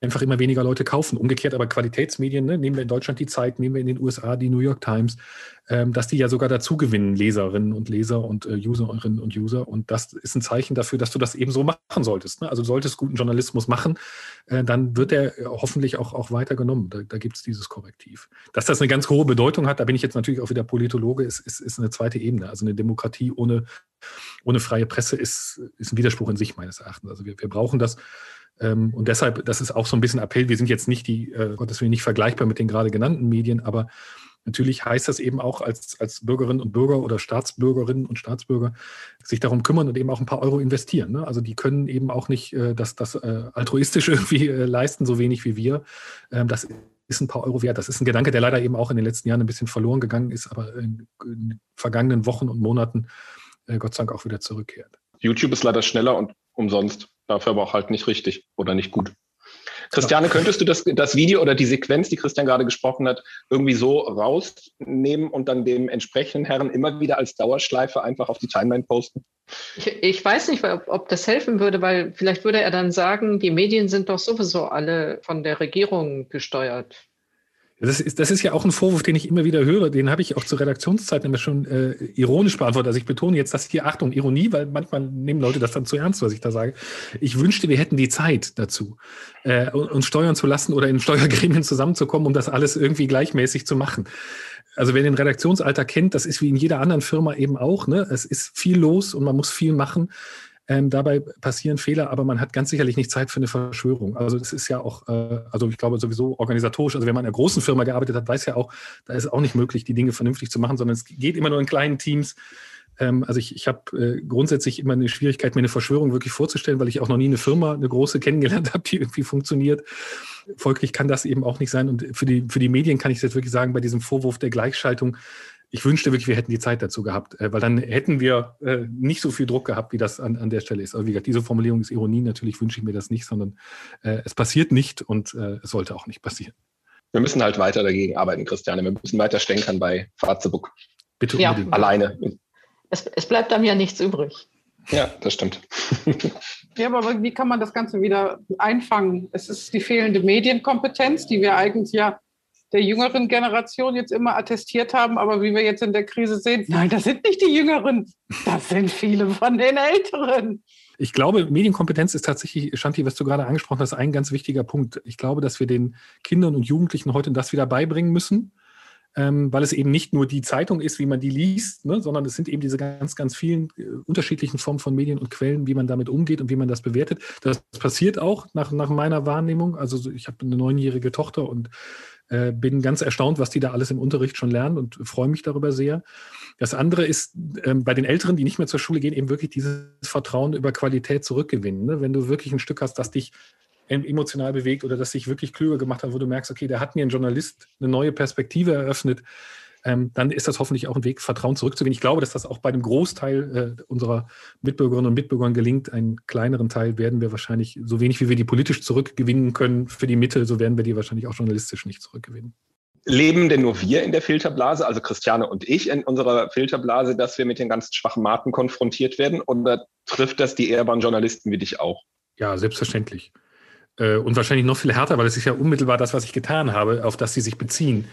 einfach immer weniger Leute kaufen. Umgekehrt aber Qualitätsmedien, ne, nehmen wir in Deutschland die Zeit, nehmen wir in den USA die New York Times, dass die ja sogar dazu gewinnen, Leserinnen und Leser und Userinnen und User. Und das ist ein Zeichen dafür, dass du das eben so machen solltest. Ne? Also solltest guten Journalismus machen, dann wird der hoffentlich auch weiter genommen. Da gibt es dieses Korrektiv. Dass das eine ganz hohe Bedeutung hat, da bin ich jetzt natürlich auch wieder Politologe, ist eine zweite Ebene. Also eine Demokratie ohne freie Presse ist ein Widerspruch in sich meines Erachtens. Also wir brauchen das. Und deshalb, das ist auch so ein bisschen Appell, wir sind jetzt nicht Gottes Willen nicht vergleichbar mit den gerade genannten Medien, aber natürlich heißt das eben auch als Bürgerinnen und Bürger oder Staatsbürgerinnen und Staatsbürger sich darum kümmern und eben auch ein paar Euro investieren. Ne? Also die können eben auch nicht das altruistisch irgendwie leisten, so wenig wie wir. Das ist ein paar Euro wert. Das ist ein Gedanke, der leider eben auch in den letzten Jahren ein bisschen verloren gegangen ist, aber in den vergangenen Wochen und Monaten Gott sei Dank auch wieder zurückkehrt. YouTube ist leider schneller und umsonst, dafür aber auch halt nicht richtig oder nicht gut. Christiane, könntest du das Video oder die Sequenz, die Christian gerade gesprochen hat, irgendwie so rausnehmen und dann dem entsprechenden Herrn immer wieder als Dauerschleife einfach auf die Timeline posten? Ich weiß nicht, ob das helfen würde, weil vielleicht würde er dann sagen, die Medien sind doch sowieso alle von der Regierung gesteuert. Das ist ja auch ein Vorwurf, den ich immer wieder höre. Den habe ich auch zur Redaktionszeit nämlich schon ironisch beantwortet. Also ich betone jetzt das hier, Achtung, Ironie, weil manchmal nehmen Leute das dann zu ernst, was ich da sage. Ich wünschte, wir hätten die Zeit dazu, uns steuern zu lassen oder in Steuergremien zusammenzukommen, um das alles irgendwie gleichmäßig zu machen. Also wer den Redaktionsalltag kennt, das ist wie in jeder anderen Firma eben auch. Ne? Es ist viel los und man muss viel machen. Dabei passieren Fehler, aber man hat ganz sicherlich nicht Zeit für eine Verschwörung. Also das ist ja auch, also ich glaube sowieso organisatorisch, also wenn man in einer großen Firma gearbeitet hat, weiß ja auch, da ist es auch nicht möglich, die Dinge vernünftig zu machen, sondern es geht immer nur in kleinen Teams. Also ich habe grundsätzlich immer eine Schwierigkeit, mir eine Verschwörung wirklich vorzustellen, weil ich auch noch nie eine große kennengelernt habe, die irgendwie funktioniert. Folglich kann das eben auch nicht sein. Und für die Medien kann ich jetzt wirklich sagen, bei diesem Vorwurf der Gleichschaltung, ich wünschte wirklich, wir hätten die Zeit dazu gehabt, weil dann hätten wir nicht so viel Druck gehabt, wie das an der Stelle ist. Also wie gesagt, diese Formulierung ist Ironie, natürlich wünsche ich mir das nicht, sondern es passiert nicht und es sollte auch nicht passieren. Wir müssen halt weiter dagegen arbeiten, Christiane. Wir müssen weiter stänkern bei Fahrzebuck. Bitte unbedingt. Ja, alleine. Es bleibt einem ja nichts übrig. Ja, das stimmt. Ja, aber wie kann man das Ganze wieder einfangen? Es ist die fehlende Medienkompetenz, die wir eigentlich ja der jüngeren Generation jetzt immer attestiert haben, aber wie wir jetzt in der Krise sehen, nein, das sind nicht die Jüngeren, das sind viele von den Älteren. Ich glaube, Medienkompetenz ist tatsächlich, Shanti, was du gerade angesprochen hast, ein ganz wichtiger Punkt. Ich glaube, dass wir den Kindern und Jugendlichen heute das wieder beibringen müssen, weil es eben nicht nur die Zeitung ist, wie man die liest, ne, sondern es sind eben diese ganz, ganz vielen unterschiedlichen Formen von Medien und Quellen, wie man damit umgeht und wie man das bewertet. Das passiert auch nach meiner Wahrnehmung. Also ich habe eine 9-jährige Tochter und bin ganz erstaunt, was die da alles im Unterricht schon lernen und freue mich darüber sehr. Das andere ist, bei den Älteren, die nicht mehr zur Schule gehen, eben wirklich dieses Vertrauen über Qualität zurückgewinnen. Ne? Wenn du wirklich ein Stück hast, das dich emotional bewegt oder das sich wirklich klüger gemacht hat, wo du merkst, okay, da hat mir ein Journalist eine neue Perspektive eröffnet, dann ist das hoffentlich auch ein Weg, Vertrauen zurückzugewinnen. Ich glaube, dass das auch bei dem Großteil unserer Mitbürgerinnen und Mitbürger gelingt. Einen kleineren Teil werden wir wahrscheinlich, so wenig wie wir die politisch zurückgewinnen können für die Mitte, so werden wir die wahrscheinlich auch journalistisch nicht zurückgewinnen. Leben denn nur wir in der Filterblase, also Christiane und ich in unserer Filterblase, dass wir mit den ganzen schwachen Marken konfrontiert werden? Oder trifft das die ehrbaren Journalisten wie dich auch? Ja, selbstverständlich. Und wahrscheinlich noch viel härter, weil es ist ja unmittelbar das, was ich getan habe, auf das sie sich beziehen.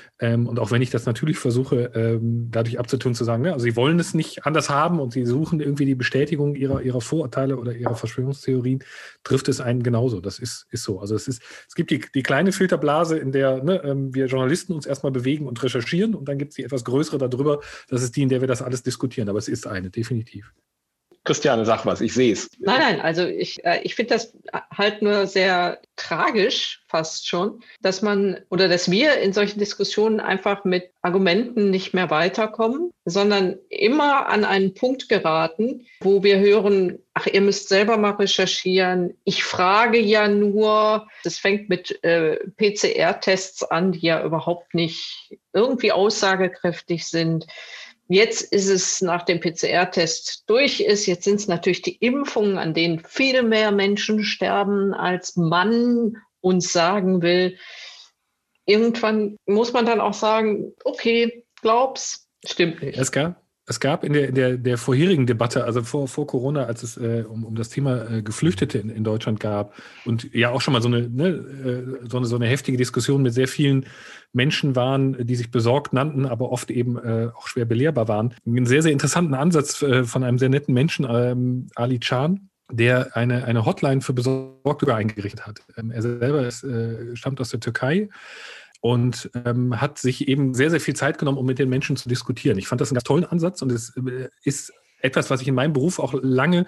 Und auch wenn ich das natürlich versuche, dadurch abzutun, zu sagen, ne, also sie wollen es nicht anders haben und sie suchen irgendwie die Bestätigung ihrer Vorurteile oder ihrer Verschwörungstheorien, trifft es einen genauso. Das ist so. Also es gibt die kleine Filterblase, in der wir Journalisten uns erstmal bewegen und recherchieren und dann gibt es die etwas größere darüber. Das ist die, in der wir das alles diskutieren. Aber es ist eine, definitiv. Christiane, sag was, ich sehe es. Nein, also ich finde das halt nur sehr tragisch fast schon, dass wir in solchen Diskussionen einfach mit Argumenten nicht mehr weiterkommen, sondern immer an einen Punkt geraten, wo wir hören, ach, ihr müsst selber mal recherchieren. Ich frage ja nur, das fängt mit PCR-Tests an, die ja überhaupt nicht irgendwie aussagekräftig sind. Jetzt ist es nach dem PCR-Test durch ist. Jetzt sind es natürlich die Impfungen, an denen viel mehr Menschen sterben, als man uns sagen will. Irgendwann muss man dann auch sagen, okay, glaub's, stimmt nicht. Eska, Es gab in der vorherigen Debatte, also vor Corona, als es um das Thema Geflüchtete in Deutschland gab und ja auch schon mal so eine heftige Diskussion mit sehr vielen Menschen waren, die sich besorgt nannten, aber oft eben auch schwer belehrbar waren. Einen sehr, sehr interessanten Ansatz von einem sehr netten Menschen, Ali Can, der eine Hotline für Besorgte eingerichtet hat. Er selber stammt aus der Türkei und hat sich eben sehr, sehr viel Zeit genommen, um mit den Menschen zu diskutieren. Ich fand das einen ganz tollen Ansatz und es ist etwas, was ich in meinem Beruf auch lange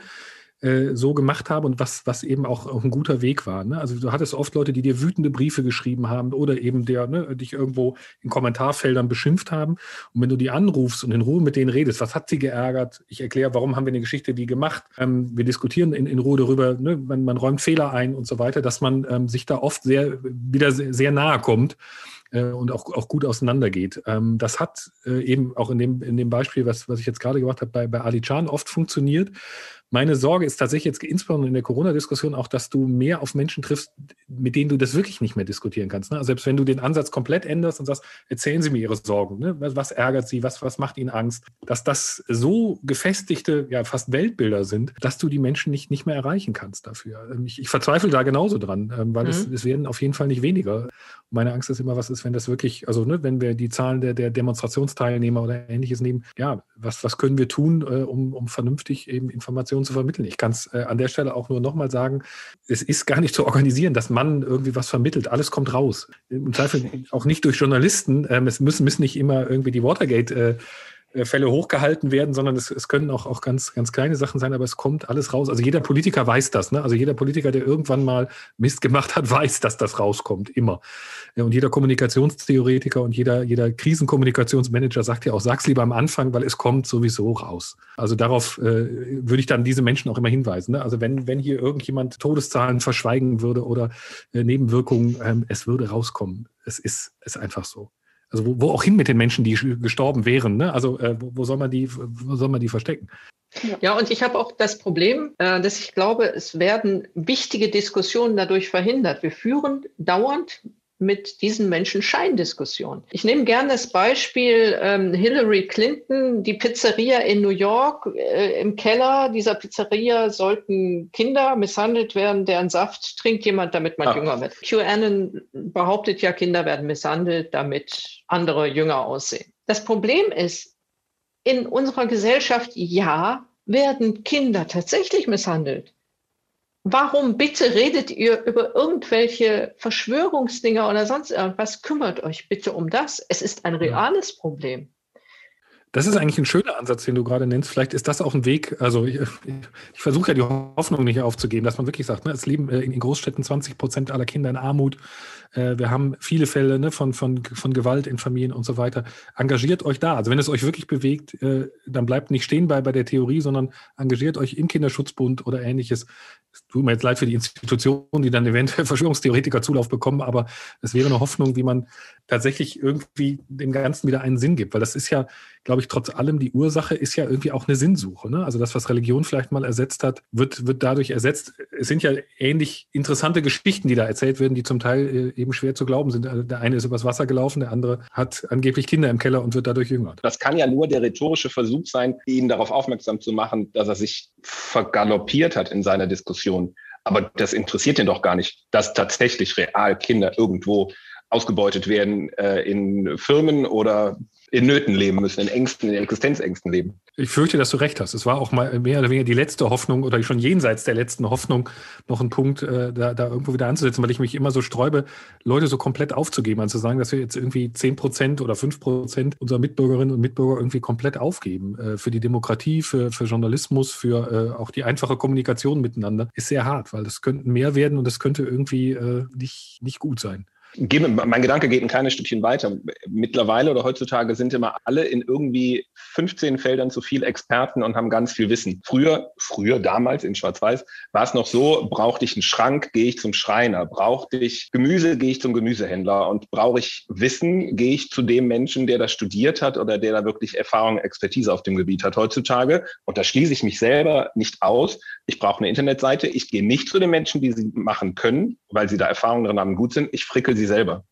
so gemacht habe und was eben auch ein guter Weg war. Ne? Also du hattest oft Leute, die dir wütende Briefe geschrieben haben oder eben dich irgendwo in Kommentarfeldern beschimpft haben. Und wenn du die anrufst und in Ruhe mit denen redest, was hat sie geärgert? Ich erkläre, warum haben wir eine Geschichte wie gemacht? Wir diskutieren in Ruhe darüber, ne? Man räumt Fehler ein und so weiter, dass man sich da oft wieder sehr nahe kommt. Und auch gut auseinandergeht. Das hat eben auch in dem Beispiel, was ich jetzt gerade gemacht habe, bei Ali Can oft funktioniert. Meine Sorge ist tatsächlich jetzt insbesondere in der Corona-Diskussion auch, dass du mehr auf Menschen triffst, mit denen du das wirklich nicht mehr diskutieren kannst. Ne? Also selbst wenn du den Ansatz komplett änderst und sagst, erzählen Sie mir Ihre Sorgen, ne? Was ärgert Sie, was macht Ihnen Angst, dass das so gefestigte, ja fast Weltbilder sind, dass du die Menschen nicht mehr erreichen kannst dafür. Ich verzweifle da genauso dran, weil es werden auf jeden Fall nicht weniger. Meine Angst ist immer, was ist, wenn das wirklich, also ne, wenn wir die Zahlen der Demonstrationsteilnehmer oder Ähnliches nehmen, ja, was können wir tun, um vernünftig eben Informationen zu vermitteln? Ich kann es an der Stelle auch nur nochmal sagen, es ist gar nicht zu organisieren, dass man irgendwie was vermittelt. Alles kommt raus. Im Zweifel auch nicht durch Journalisten. Es müssen nicht immer irgendwie die Watergate-Fälle hochgehalten werden, sondern es können auch ganz, ganz kleine Sachen sein, aber es kommt alles raus. Also jeder Politiker weiß das. Ne? Also jeder Politiker, der irgendwann mal Mist gemacht hat, weiß, dass das rauskommt, immer. Und jeder Kommunikationstheoretiker und jeder Krisenkommunikationsmanager sagt ja auch, sag's lieber am Anfang, weil es kommt sowieso raus. Also darauf würde ich dann diese Menschen auch immer hinweisen. Ne? Also wenn hier irgendjemand Todeszahlen verschweigen würde oder Nebenwirkungen, es würde rauskommen. Es ist einfach so. Also wo auch hin mit den Menschen, die gestorben wären, ne? Also wo soll man die verstecken? Ja, und ich habe auch das Problem, dass ich glaube, es werden wichtige Diskussionen dadurch verhindert. Wir führen dauernd mit diesen Menschen Scheindiskussionen. Ich nehme gerne das Beispiel Hillary Clinton, die Pizzeria in New York. Im Keller dieser Pizzeria sollten Kinder misshandelt werden, deren Saft trinkt jemand, damit man jünger wird. QAnon behauptet ja, Kinder werden misshandelt, damit andere jünger aussehen. Das Problem ist, in unserer Gesellschaft, ja, werden Kinder tatsächlich misshandelt. Warum bitte redet ihr über irgendwelche Verschwörungsdinger oder sonst irgendwas? Kümmert euch bitte um das. Es ist ein reales Problem. Das ist eigentlich ein schöner Ansatz, den du gerade nennst. Vielleicht ist das auch ein Weg, also ich versuche ja die Hoffnung nicht aufzugeben, dass man wirklich sagt, ne, es leben in Großstädten 20% aller Kinder in Armut. Wir haben viele Fälle, ne, von Gewalt in Familien und so weiter. Engagiert euch da. Also wenn es euch wirklich bewegt, dann bleibt nicht stehen bei der Theorie, sondern engagiert euch im Kinderschutzbund oder Ähnliches. Es tut mir jetzt leid für die Institutionen, die dann eventuell Verschwörungstheoretiker Zulauf bekommen, aber es wäre eine Hoffnung, wie man tatsächlich irgendwie dem Ganzen wieder einen Sinn gibt. Weil das ist ja, glaube ich, trotz allem, die Ursache ist ja irgendwie auch eine Sinnsuche. Ne? Also das, was Religion vielleicht mal ersetzt hat, wird dadurch ersetzt. Es sind ja ähnlich interessante Geschichten, die da erzählt werden, die zum Teil eben schwer zu glauben sind. Also der eine ist übers Wasser gelaufen, der andere hat angeblich Kinder im Keller und wird dadurch jünger. Das kann ja nur der rhetorische Versuch sein, ihn darauf aufmerksam zu machen, dass er sich vergaloppiert hat in seiner Diskussion. Aber das interessiert ihn doch gar nicht, dass tatsächlich real Kinder irgendwo ausgebeutet werden in Firmen oder in Nöten leben müssen, in Ängsten, in Existenzängsten leben. Ich fürchte, dass du recht hast. Es war auch mal mehr oder weniger die letzte Hoffnung oder schon jenseits der letzten Hoffnung noch ein Punkt, da irgendwo wieder anzusetzen, weil ich mich immer so sträube, Leute so komplett aufzugeben, also zu sagen, dass wir jetzt irgendwie 10% oder 5% unserer Mitbürgerinnen und Mitbürger irgendwie komplett aufgeben. Für die Demokratie, für Journalismus, für auch die einfache Kommunikation miteinander, ist sehr hart, weil das könnten mehr werden und das könnte irgendwie nicht gut sein. Mein Gedanke geht ein kleines Stückchen weiter. Mittlerweile oder heutzutage sind immer alle in irgendwie 15 Feldern zu viel Experten und haben ganz viel Wissen. Früher damals in Schwarz-Weiß, war es noch so, brauchte ich einen Schrank, gehe ich zum Schreiner. Brauchte ich Gemüse, gehe ich zum Gemüsehändler. Und brauche ich Wissen, gehe ich zu dem Menschen, der das studiert hat oder der da wirklich Erfahrung, Expertise auf dem Gebiet hat. Heutzutage, und da schließe ich mich selber nicht aus, ich brauche eine Internetseite. Ich gehe nicht zu den Menschen, die sie machen können, weil sie da Erfahrung drin haben, gut sind. Ich frickel sie selber.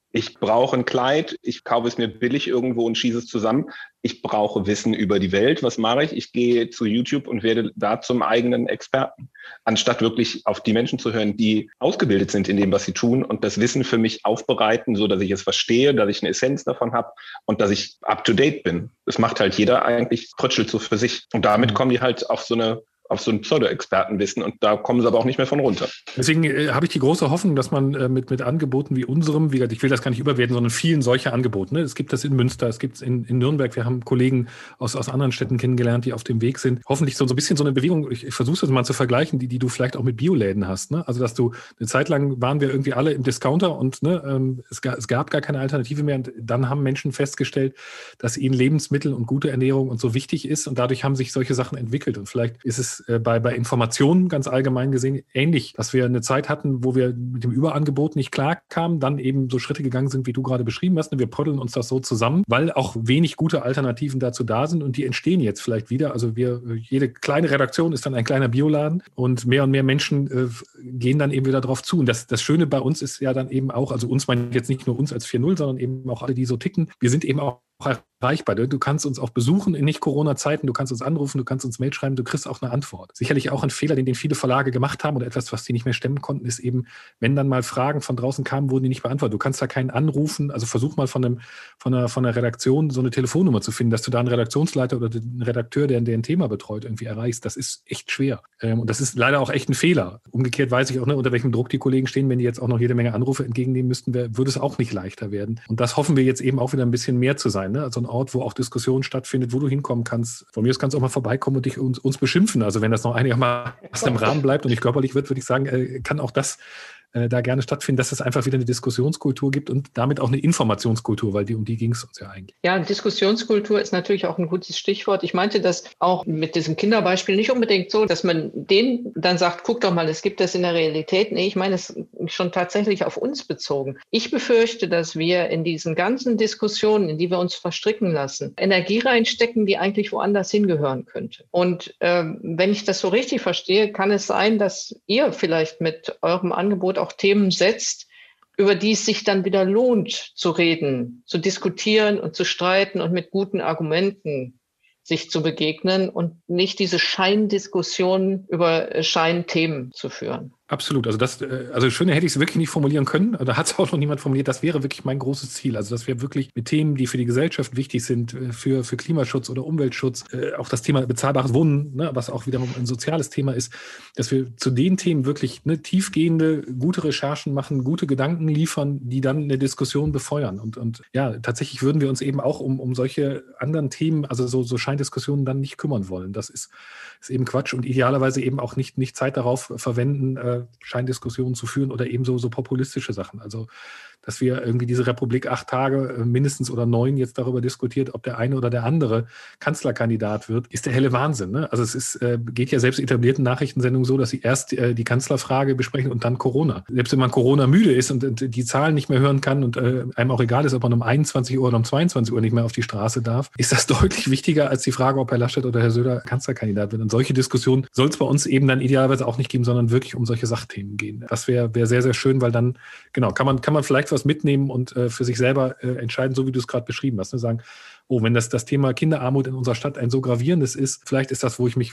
Ich brauche ein Kleid, ich kaufe es mir billig irgendwo und schieße es zusammen. Ich brauche Wissen über die Welt. Was mache ich? Ich gehe zu YouTube und werde da zum eigenen Experten, anstatt wirklich auf die Menschen zu hören, die ausgebildet sind in dem, was sie tun und das Wissen für mich aufbereiten, so dass ich es verstehe, dass ich eine Essenz davon habe und dass ich up-to-date bin. Das macht halt jeder eigentlich, krötschelt so für sich. Und damit kommen die halt auf so ein Pseudo-Expertenwissen und da kommen sie aber auch nicht mehr von runter. Deswegen habe ich die große Hoffnung, dass man mit Angeboten wie unserem, wie gesagt, ich will das gar nicht überwerten, sondern vielen solcher Angebote. Ne? Es gibt das in Münster, es gibt es in Nürnberg. Wir haben Kollegen aus anderen Städten kennengelernt, die auf dem Weg sind. Hoffentlich so ein bisschen so eine Bewegung, ich versuche das mal zu vergleichen, die du vielleicht auch mit Bioläden hast. Ne? Also dass du, eine Zeit lang waren wir irgendwie alle im Discounter und es gab gar keine Alternative mehr. Und dann haben Menschen festgestellt, dass ihnen Lebensmittel und gute Ernährung und so wichtig ist. Und dadurch haben sich solche Sachen entwickelt. Und vielleicht ist es bei Informationen ganz allgemein gesehen ähnlich, dass wir eine Zeit hatten, wo wir mit dem Überangebot nicht klarkamen, dann eben so Schritte gegangen sind, wie du gerade beschrieben hast. Wir puddeln uns das so zusammen, weil auch wenig gute Alternativen dazu da sind und die entstehen jetzt vielleicht wieder. Also jede kleine Redaktion ist dann ein kleiner Bioladen und mehr Menschen gehen dann eben wieder drauf zu. Und das Schöne bei uns ist ja dann eben auch, also uns meine ich jetzt nicht nur uns als 4.0, sondern eben auch alle, die so ticken. Wir sind eben auch erreichbar. Du kannst uns auch besuchen in Nicht-Corona-Zeiten, du kannst uns anrufen, du kannst uns Mail schreiben, du kriegst auch eine Antwort. Sicherlich auch ein Fehler, den viele Verlage gemacht haben oder etwas, was die nicht mehr stemmen konnten, ist eben, wenn dann mal Fragen von draußen kamen, wurden die nicht beantwortet. Du kannst da keinen anrufen, also versuch mal von einer Redaktion so eine Telefonnummer zu finden, dass du da einen Redaktionsleiter oder einen Redakteur, der ein Thema betreut, irgendwie erreichst. Das ist echt schwer. Und das ist leider auch echt ein Fehler. Umgekehrt weiß ich auch, unter welchem Druck die Kollegen stehen, wenn die jetzt auch noch jede Menge Anrufe entgegennehmen müssten, würde es auch nicht leichter werden. Und das hoffen wir jetzt eben auch wieder ein bisschen mehr zu sein. Ne? Also ein Ort, wo auch Diskussion stattfindet, wo du hinkommen kannst. Von mir aus kannst du auch mal vorbeikommen und uns beschimpfen. Also wenn das noch einigermaßen im Rahmen bleibt und nicht körperlich wird, würde ich sagen, kann auch das da gerne stattfinden, dass es einfach wieder eine Diskussionskultur gibt und damit auch eine Informationskultur, weil um die ging es uns ja eigentlich. Ja, Diskussionskultur ist natürlich auch ein gutes Stichwort. Ich meinte das auch mit diesem Kinderbeispiel nicht unbedingt so, dass man denen dann sagt, guck doch mal, es gibt das in der Realität. Nee, ich meine es schon tatsächlich auf uns bezogen. Ich befürchte, dass wir in diesen ganzen Diskussionen, in die wir uns verstricken lassen, Energie reinstecken, die eigentlich woanders hingehören könnte. Und wenn ich das so richtig verstehe, kann es sein, dass ihr vielleicht mit eurem Angebot auch Themen setzt, über die es sich dann wieder lohnt zu reden, zu diskutieren und zu streiten und mit guten Argumenten sich zu begegnen und nicht diese Scheindiskussionen über Scheinthemen zu führen. Absolut. Also schöner hätte ich es wirklich nicht formulieren können. Da hat es auch noch niemand formuliert. Das wäre wirklich mein großes Ziel. Also dass wir wirklich mit Themen, die für die Gesellschaft wichtig sind, für Klimaschutz oder Umweltschutz, auch das Thema bezahlbares Wohnen, ne, was auch wiederum ein soziales Thema ist, dass wir zu den Themen wirklich tiefgehende, gute Recherchen machen, gute Gedanken liefern, die dann eine Diskussion befeuern. Und ja, tatsächlich würden wir uns eben auch um solche anderen Themen, also so Scheindiskussionen dann nicht kümmern wollen. Das ist eben Quatsch und idealerweise eben auch nicht Zeit darauf verwenden, Scheindiskussionen zu führen oder eben so populistische Sachen. Also, dass wir irgendwie diese Republik 8 Tage mindestens oder 9 jetzt darüber diskutiert, ob der eine oder der andere Kanzlerkandidat wird, ist der helle Wahnsinn. Ne? Also es geht ja selbst etablierten Nachrichtensendungen so, dass sie erst die Kanzlerfrage besprechen und dann Corona. Selbst wenn man Corona müde ist und die Zahlen nicht mehr hören kann und einem auch egal ist, ob man um 21 Uhr oder um 22 Uhr nicht mehr auf die Straße darf, ist das deutlich wichtiger als die Frage, ob Herr Laschet oder Herr Söder Kanzlerkandidat wird. Und solche Diskussionen soll es bei uns eben dann idealerweise auch nicht geben, sondern wirklich um solche Sachthemen gehen. Das wäre sehr, sehr schön, weil dann, genau, kann man vielleicht was mitnehmen und für sich selber entscheiden, so wie du es gerade beschrieben hast. Ne? Sagen, oh, wenn das Thema Kinderarmut in unserer Stadt ein so gravierendes ist, vielleicht ist das, wo ich mich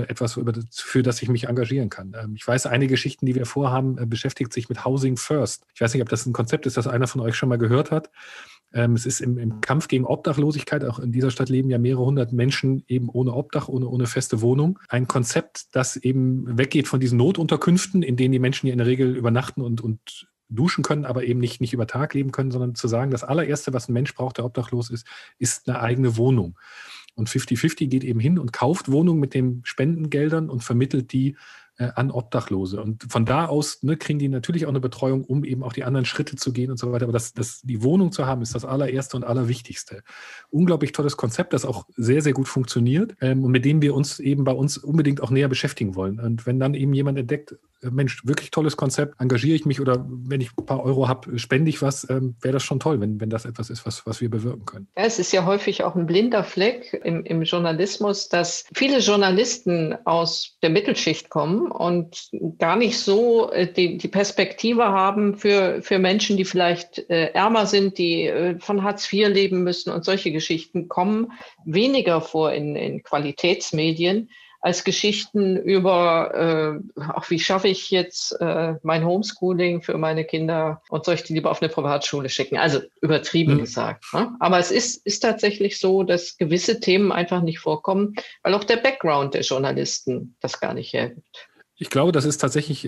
für das ich mich engagieren kann. Ich weiß, eine Geschichten, die wir vorhaben, beschäftigt sich mit Housing First. Ich weiß nicht, ob das ein Konzept ist, das einer von euch schon mal gehört hat. Es ist im Kampf gegen Obdachlosigkeit, auch in dieser Stadt leben ja mehrere hundert Menschen eben ohne Obdach, ohne feste Wohnung. Ein Konzept, das eben weggeht von diesen Notunterkünften, in denen die Menschen ja in der Regel übernachten und duschen können, aber eben nicht über Tag leben können, sondern zu sagen, das allererste, was ein Mensch braucht, der obdachlos ist eine eigene Wohnung. Und 50-50 geht eben hin und kauft Wohnungen mit den Spendengeldern und vermittelt die an Obdachlose. Und von da aus kriegen die natürlich auch eine Betreuung, um eben auch die anderen Schritte zu gehen und so weiter. Aber die Wohnung zu haben, ist das allererste und allerwichtigste. Unglaublich tolles Konzept, das auch sehr, sehr gut funktioniert und mit dem wir uns eben bei uns unbedingt auch näher beschäftigen wollen. Und wenn dann eben jemand entdeckt, Mensch, wirklich tolles Konzept, engagiere ich mich oder wenn ich ein paar Euro habe, spende ich was, wäre das schon toll, wenn das etwas ist, was wir bewirken können. Ja, es ist ja häufig auch ein blinder Fleck im Journalismus, dass viele Journalisten aus der Mittelschicht kommen und gar nicht so die Perspektive haben für Menschen, die vielleicht ärmer sind, die von Hartz IV leben müssen und solche Geschichten kommen weniger vor in Qualitätsmedien als Geschichten über, wie schaffe ich jetzt mein Homeschooling für meine Kinder und soll ich die lieber auf eine Privatschule schicken? Also übertrieben gesagt. Ne? Aber es ist tatsächlich so, dass gewisse Themen einfach nicht vorkommen, weil auch der Background der Journalisten das gar nicht hergibt. Ich glaube, das ist tatsächlich,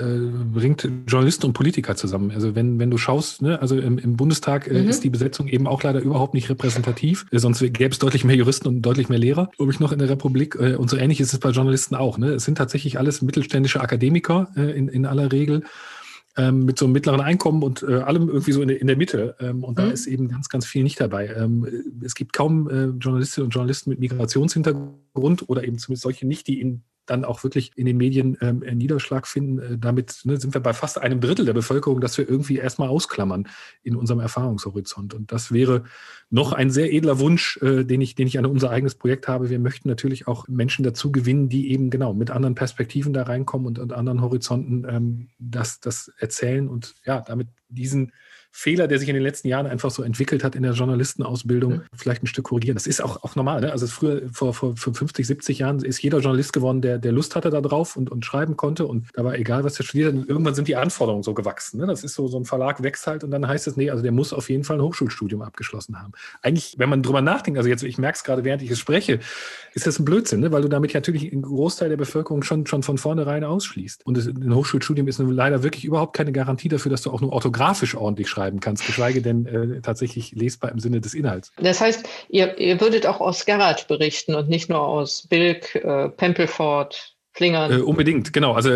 bringt Journalisten und Politiker zusammen. Also wenn du schaust, ne, also im Bundestag ist die Besetzung eben auch leider überhaupt nicht repräsentativ. Sonst gäbe es deutlich mehr Juristen und deutlich mehr Lehrer, glaube ich, noch in der Republik. Und so ähnlich ist es bei Journalisten auch. Ne? Es sind tatsächlich alles mittelständische Akademiker in aller Regel. Mit so einem mittleren Einkommen und allem irgendwie so in der Mitte. Und da ist eben ganz, ganz viel nicht dabei. Es gibt kaum Journalistinnen und Journalisten mit Migrationshintergrund oder eben zumindest solche nicht, die dann auch wirklich in den Medien Niederschlag finden. Damit sind wir bei fast 1/3 der Bevölkerung, dass wir irgendwie erstmal ausklammern in unserem Erfahrungshorizont. Und das wäre noch ein sehr edler Wunsch, den ich an unser eigenes Projekt habe. Wir möchten natürlich auch Menschen dazu gewinnen, die eben genau mit anderen Perspektiven da reinkommen und anderen Horizonten das erzählen und ja, damit diesen Fehler, der sich in den letzten Jahren einfach so entwickelt hat in der Journalistenausbildung, vielleicht ein Stück korrigieren. Das ist auch normal. Ne? Also früher, vor 50, 70 Jahren ist jeder Journalist geworden, der Lust hatte da drauf und schreiben konnte. Und da war egal, was er studiert hat. Und irgendwann sind die Anforderungen so gewachsen. Ne? Das ist so ein Verlag wächst halt und dann heißt es, nee, also der muss auf jeden Fall ein Hochschulstudium abgeschlossen haben. Eigentlich, wenn man drüber nachdenkt, also jetzt, ich merke es gerade, während ich es spreche, ist das ein Blödsinn, ne? Weil du damit natürlich einen Großteil der Bevölkerung schon von vornherein ausschließt. Und ein Hochschulstudium ist leider wirklich überhaupt keine Garantie dafür, dass du auch nur orthografisch ordentlich schreiben kannst, geschweige denn tatsächlich lesbar im Sinne des Inhalts. Das heißt, ihr würdet auch aus Gerhard berichten und nicht nur aus Bilk, Pempelfort, Flingern. Unbedingt, genau. Also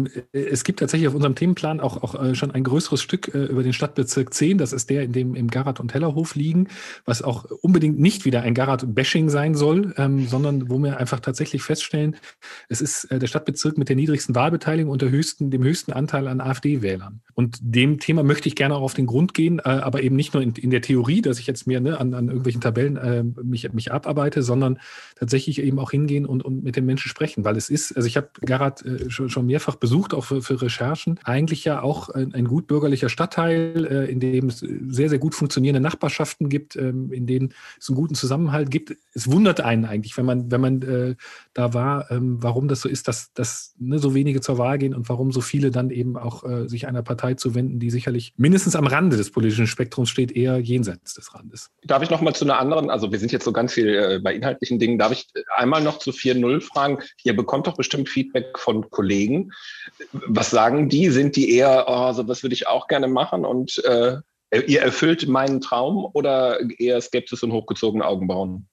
es gibt tatsächlich auf unserem Themenplan auch schon ein größeres Stück über den Stadtbezirk 10. Das ist der, in dem im Garratt- und Hellerhof liegen, was auch unbedingt nicht wieder ein Garratt-Bashing sein soll, sondern wo wir einfach tatsächlich feststellen, es ist der Stadtbezirk mit der niedrigsten Wahlbeteiligung und dem höchsten Anteil an AfD-Wählern. Und dem Thema möchte ich gerne auch auf den Grund gehen, aber eben nicht nur in der Theorie, dass ich jetzt mir an irgendwelchen Tabellen mich abarbeite, sondern tatsächlich eben auch hingehen und mit den Menschen sprechen, weil es ist, also ich habe Garratt schon mehrfach besucht, auch für Recherchen. Eigentlich ja auch ein gut bürgerlicher Stadtteil, in dem es sehr, sehr gut funktionierende Nachbarschaften gibt, in denen es einen guten Zusammenhalt gibt. Es wundert einen eigentlich, wenn man da war, warum das so ist, dass so wenige zur Wahl gehen und warum so viele dann eben auch sich einer Partei zuwenden, die sicherlich mindestens am Rande des politischen Spektrums steht, eher jenseits des Randes. Darf ich noch mal zu einer anderen, also wir sind jetzt so ganz viel bei inhaltlichen Dingen, darf ich einmal noch zu 4.0 fragen? Ihr bekommt doch bestimmt Feedback von Kollegen. Was sagen die? Sind die eher, sowas würde ich auch gerne machen und ihr erfüllt meinen Traum oder eher Skepsis und hochgezogene Augenbrauen?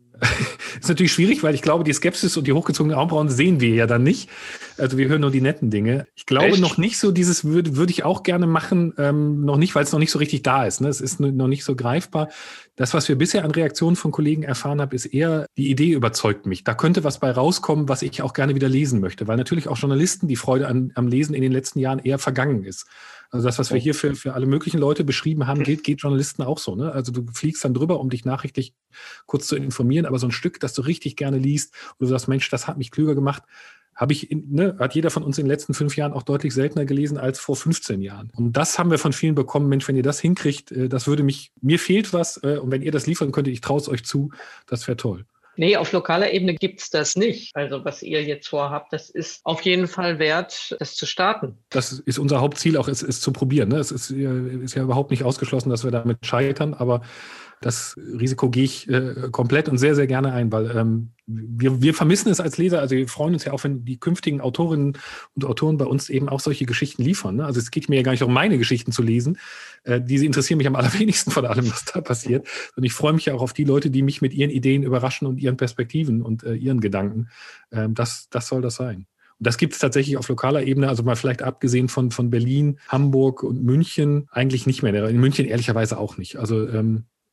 Ist natürlich schwierig, weil ich glaube, die Skepsis und die hochgezogenen Augenbrauen sehen wir ja dann nicht. Also wir hören nur die netten Dinge. Ich glaube noch nicht so, dieses würde ich auch gerne machen, noch nicht, weil es noch nicht so richtig da ist. Ne? Es ist noch nicht so greifbar. Das, was wir bisher an Reaktionen von Kollegen erfahren haben, ist eher, die Idee überzeugt mich. Da könnte was bei rauskommen, was ich auch gerne wieder lesen möchte, weil natürlich auch Journalisten die Freude am Lesen in den letzten Jahren eher vergangen ist. Also das, was wir hier für alle möglichen Leute beschrieben haben, geht Journalisten auch so. Ne? Also du fliegst dann drüber, um dich nachrichtlich kurz zu informieren, aber so ein Stück, das du richtig gerne liest, wo du sagst, Mensch, das hat mich klüger gemacht, hat jeder von uns in den letzten 5 Jahren auch deutlich seltener gelesen als vor 15 Jahren. Und das haben wir von vielen bekommen. Mensch, wenn ihr das hinkriegt, das würde mir fehlt was. Und wenn ihr das liefern könntet, ich traue es euch zu, das wäre toll. Nee, auf lokaler Ebene gibt's das nicht. Also was ihr jetzt vorhabt, das ist auf jeden Fall wert, das zu starten. Das ist unser Hauptziel, auch es zu probieren. Ne? Es ist ja überhaupt nicht ausgeschlossen, dass wir damit scheitern, aber das Risiko gehe ich komplett und sehr, sehr gerne ein, weil wir vermissen es als Leser. Also wir freuen uns ja auch, wenn die künftigen Autorinnen und Autoren bei uns eben auch solche Geschichten liefern. Ne? Also es geht mir ja gar nicht darum, meine Geschichten zu lesen. Diese interessieren mich am allerwenigsten von allem, was da passiert. Und ich freue mich ja auch auf die Leute, die mich mit ihren Ideen überraschen und ihren Perspektiven und ihren Gedanken. Das soll das sein. Und das gibt es tatsächlich auf lokaler Ebene, also mal vielleicht abgesehen von Berlin, Hamburg und München, eigentlich nicht mehr. In München ehrlicherweise auch nicht. Also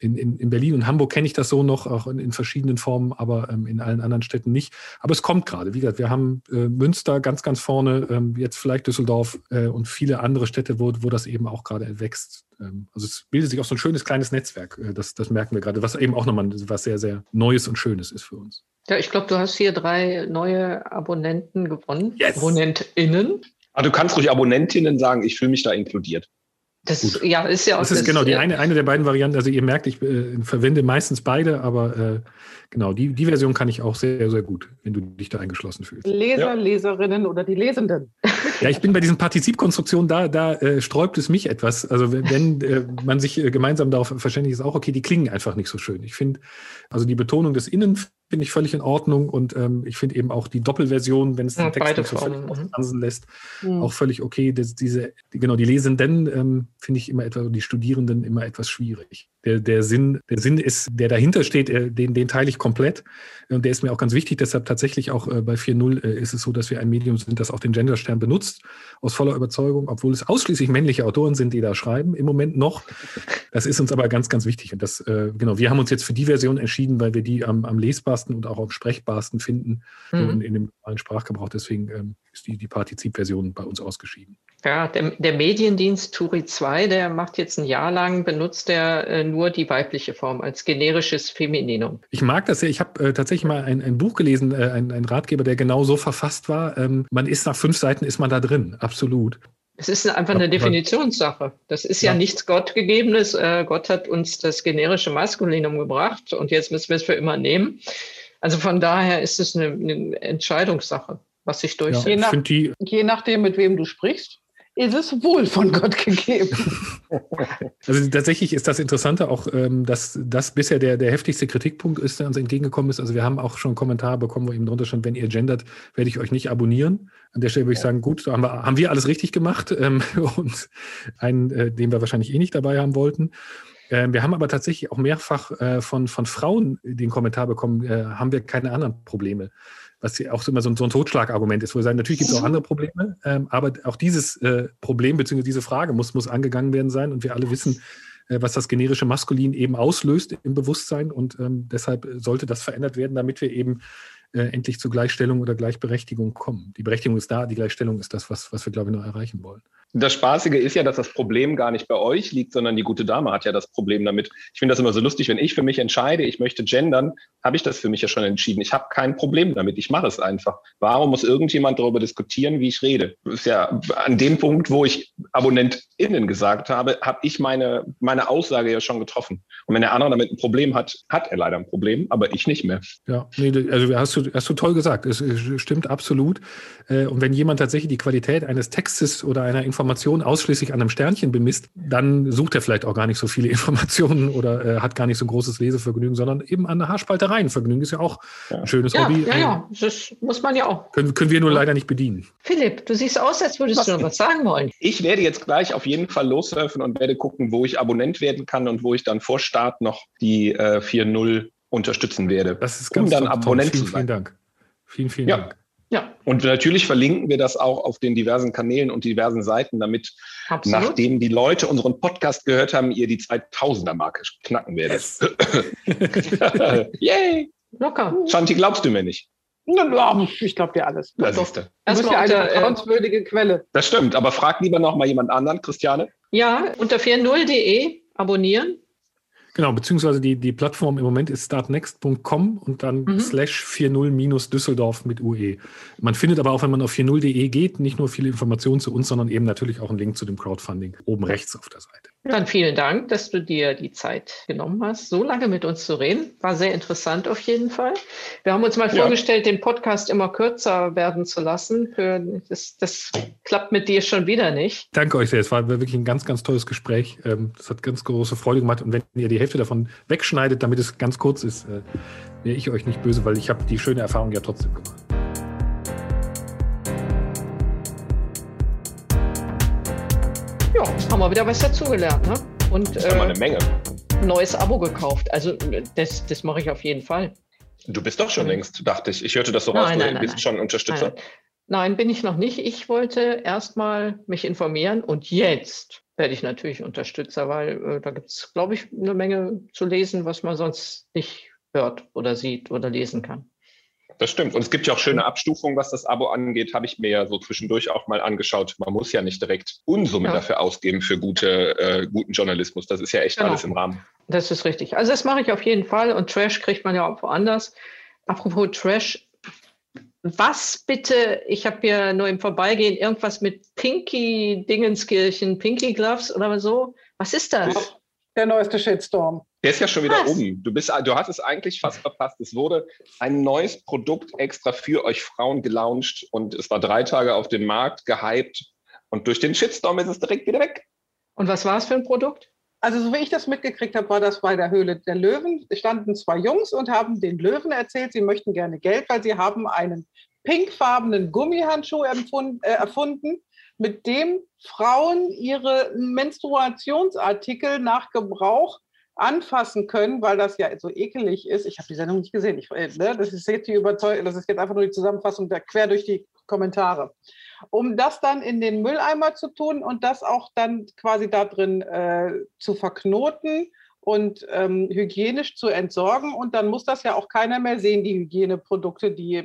In Berlin und Hamburg kenne ich das so noch, auch in verschiedenen Formen, aber in allen anderen Städten nicht. Aber es kommt gerade. Wie gesagt, wir haben Münster ganz, ganz vorne, jetzt vielleicht Düsseldorf und viele andere Städte, wo das eben auch gerade wächst. Also es bildet sich auch so ein schönes kleines Netzwerk. Das merken wir gerade, was eben auch nochmal was sehr, sehr Neues und Schönes ist für uns. Ja, ich glaube, du hast hier 3 neue Abonnenten gewonnen. Yes. AbonnentInnen. Aber du kannst ruhig Abonnentinnen sagen, ich fühle mich da inkludiert. Das ist ja auch das ist genau die eine der beiden Varianten. Also ihr merkt, ich verwende meistens beide, aber genau, die Version kann ich auch sehr, sehr gut, wenn du dich da eingeschlossen fühlst. Leser, Leserinnen oder die Lesenden. Ja, ich bin bei diesen Partizipkonstruktionen, da sträubt es mich etwas. Also wenn man sich gemeinsam darauf verständigt, ist auch okay, die klingen einfach nicht so schön. Ich finde, also die Betonung des Innen finde ich völlig in Ordnung und ich finde eben auch die Doppelversion, wenn es den Text nicht so völlig austanzen lässt, auch völlig okay. Die Lesenden finde ich immer etwa, die Studierenden immer etwas schwierig. Der Sinn ist, der dahinter steht, den teile ich komplett. Und der ist mir auch ganz wichtig. Deshalb tatsächlich auch bei 4.0 ist es so, dass wir ein Medium sind, das auch den Genderstern benutzt, aus voller Überzeugung, obwohl es ausschließlich männliche Autoren sind, die da schreiben, im Moment noch. Das ist uns aber ganz, ganz wichtig. Und das, wir haben uns jetzt für die Version entschieden, weil wir die am lesbarsten und auch am sprechbarsten finden, so in dem normalen Sprachgebrauch. Deswegen ist die Partizip-Version bei uns ausgeschieden. Ja, der Mediendienst Turi 2, der macht jetzt ein Jahr lang, benutzt der nur die weibliche Form als generisches Femininum. Ich mag das sehr. Ich habe tatsächlich mal ein Buch gelesen, ein Ratgeber, der genau so verfasst war. Man ist nach 5 Seiten, ist man da drin. Absolut. Es ist einfach eine Definitionssache. Das ist ja nichts Gottgegebenes. Gott hat uns das generische Maskulinum gebracht und jetzt müssen wir es für immer nehmen. Also von daher ist es eine Entscheidungssache, was sich durchsetzt. Ja, je nachdem, mit wem du sprichst, ist es wohl von Gott gegeben. Also tatsächlich ist das Interessante auch, dass das bisher der heftigste Kritikpunkt ist, der uns entgegengekommen ist. Also wir haben auch schon Kommentare bekommen, wo eben drunter stand, wenn ihr gendert, werde ich euch nicht abonnieren. An der Stelle würde ich sagen, gut, so haben wir alles richtig gemacht und einen, den wir wahrscheinlich nicht dabei haben wollten. Wir haben aber tatsächlich auch mehrfach von Frauen den Kommentar bekommen, haben wir keine anderen Probleme. Was ja auch immer so ein Totschlagargument ist, wo wir sagen, natürlich gibt es auch andere Probleme, aber auch dieses Problem bzw. diese Frage muss angegangen werden sein und wir alle wissen, was das generische Maskulin eben auslöst im Bewusstsein und deshalb sollte das verändert werden, damit wir eben endlich zu Gleichstellung oder Gleichberechtigung kommen. Die Berechtigung ist da, die Gleichstellung ist das, was wir, glaube ich, noch erreichen wollen. Das Spaßige ist ja, dass das Problem gar nicht bei euch liegt, sondern die gute Dame hat ja das Problem damit. Ich finde das immer so lustig, wenn ich für mich entscheide, ich möchte gendern, habe ich das für mich ja schon entschieden. Ich habe kein Problem damit, ich mache es einfach. Warum muss irgendjemand darüber diskutieren, wie ich rede? Das ist ja an dem Punkt, wo ich AbonnentInnen gesagt habe, habe ich meine Aussage ja schon getroffen. Und wenn der andere damit ein Problem hat, hat er leider ein Problem, aber ich nicht mehr. Ja, nee, also hast du toll gesagt. Es stimmt absolut. Und wenn jemand tatsächlich die Qualität eines Textes oder einer Information ausschließlich an einem Sternchen bemisst, dann sucht er vielleicht auch gar nicht so viele Informationen oder hat gar nicht so ein großes Lesevergnügen, sondern eben an der Haarspaltereienvergnügen ist ja auch ein schönes Hobby. Ja, das muss man ja auch. Können wir nur leider nicht bedienen. Philipp, du siehst aus, als würdest du noch was sagen wollen. Ich werde jetzt gleich auf jeden Fall lossurfen und werde gucken, wo ich Abonnent werden kann und wo ich dann vor Start noch die 4.0 unterstützen werde. Das ist ganz dann toll. Abonnent zu sein. Vielen Dank. Vielen Dank. Ja. Und natürlich verlinken wir das auch auf den diversen Kanälen und diversen Seiten, damit, nachdem die Leute unseren Podcast gehört haben, ihr die 2000er-Marke knacken werdet. Yes. Yay! Locker. Shanti, glaubst du mir nicht? Ich glaube dir alles. Das ist der. Das ist ja eine vertrauenswürdige Quelle. Das stimmt, aber frag lieber noch mal jemand anderen, Christiane. Ja, unter 40.de abonnieren. Genau, beziehungsweise die Plattform im Moment ist startnext.com und dann /40-Düsseldorf mit UE. Man findet aber auch, wenn man auf 40.de geht, nicht nur viele Informationen zu uns, sondern eben natürlich auch einen Link zu dem Crowdfunding oben rechts auf der Seite. Dann vielen Dank, dass du dir die Zeit genommen hast, so lange mit uns zu reden. War sehr interessant auf jeden Fall. Wir haben uns mal vorgestellt, den Podcast immer kürzer werden zu lassen. Das klappt mit dir schon wieder nicht. Danke euch sehr. Es war wirklich ein ganz, ganz tolles Gespräch. Das hat ganz große Freude gemacht. Und wenn ihr die Hälfte davon wegschneidet, damit es ganz kurz ist, wäre ich euch nicht böse, weil ich habe die schöne Erfahrung ja trotzdem gemacht. Ja, haben wir wieder was dazugelernt, ne? Und Das ist aber eine Menge. Neues Abo gekauft. Also das mache ich auf jeden Fall. Du bist doch schon längst, dachte ich. Ich hörte das so raus, du bist schon Unterstützer. Nein, bin ich noch nicht. Ich wollte erstmal mich informieren und jetzt werde ich natürlich Unterstützer, weil da gibt es, glaube ich, eine Menge zu lesen, was man sonst nicht hört oder sieht oder lesen kann. Das stimmt. Und es gibt ja auch schöne Abstufungen, was das Abo angeht. Habe ich mir ja so zwischendurch auch mal angeschaut. Man muss ja nicht direkt Unsummen dafür ausgeben für guten Journalismus. Das ist ja echt alles im Rahmen. Das ist richtig. Also das mache ich auf jeden Fall. Und Trash kriegt man ja auch woanders. Apropos Trash, was bitte, ich habe hier nur im Vorbeigehen irgendwas mit Pinky Dingenskirchen, Pinky Gloves oder so. Was ist das? Der neueste Shitstorm. Der ist ja schon wieder um. Du hast es eigentlich fast verpasst. Es wurde ein neues Produkt extra für euch Frauen gelauncht und es war 3 Tage auf dem Markt, gehypt. Und durch den Shitstorm ist es direkt wieder weg. Und was war es für ein Produkt? Also so wie ich das mitgekriegt habe, war das bei der Höhle der Löwen. Es standen 2 Jungs und haben den Löwen erzählt, sie möchten gerne Geld, weil sie haben einen pinkfarbenen Gummihandschuh erfunden, mit dem Frauen ihre Menstruationsartikel nach Gebrauch anfassen können, weil das ja so ekelig ist. Ich habe die Sendung nicht gesehen. Das ist jetzt einfach nur die Zusammenfassung quer durch die Kommentare. Um das dann in den Mülleimer zu tun und das auch dann quasi da drin zu verknoten und hygienisch zu entsorgen. Und dann muss das ja auch keiner mehr sehen, die Hygieneprodukte, die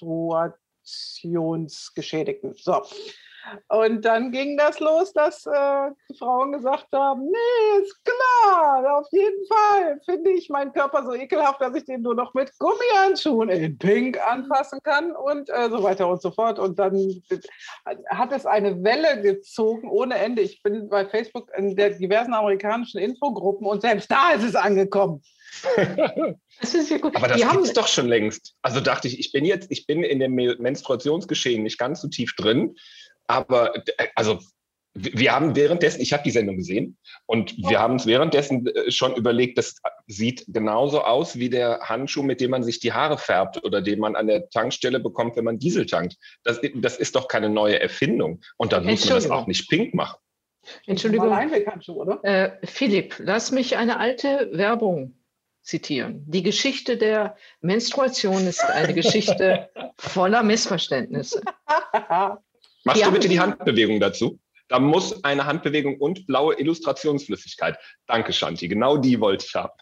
Menstruationsgeschädigten. So. Und dann ging das los, dass die Frauen gesagt haben, nee, ist klar, auf jeden Fall finde ich meinen Körper so ekelhaft, dass ich den nur noch mit Gummihandschuhen in Pink anfassen kann und so weiter und so fort. Und dann hat es eine Welle gezogen ohne Ende. Ich bin bei Facebook in diversen amerikanischen Infogruppen und selbst da ist es angekommen. Das ist ja gut. Aber das gibt es doch schon längst. Also dachte ich, ich bin in dem Menstruationsgeschehen nicht ganz so tief drin. Aber also wir haben währenddessen, ich habe die Sendung gesehen und wir haben uns währenddessen schon überlegt, das sieht genauso aus wie der Handschuh, mit dem man sich die Haare färbt oder den man an der Tankstelle bekommt, wenn man Diesel tankt. Das ist doch keine neue Erfindung. Und dann muss man das auch nicht pink machen. Entschuldigung, Einweghandschuh, oder? Philipp, lass mich eine alte Werbung zitieren. Die Geschichte der Menstruation ist eine Geschichte voller Missverständnisse. Machst du bitte die Handbewegung dazu? Da muss eine Handbewegung und blaue Illustrationsflüssigkeit. Danke, Shanti. Genau die wollte ich haben.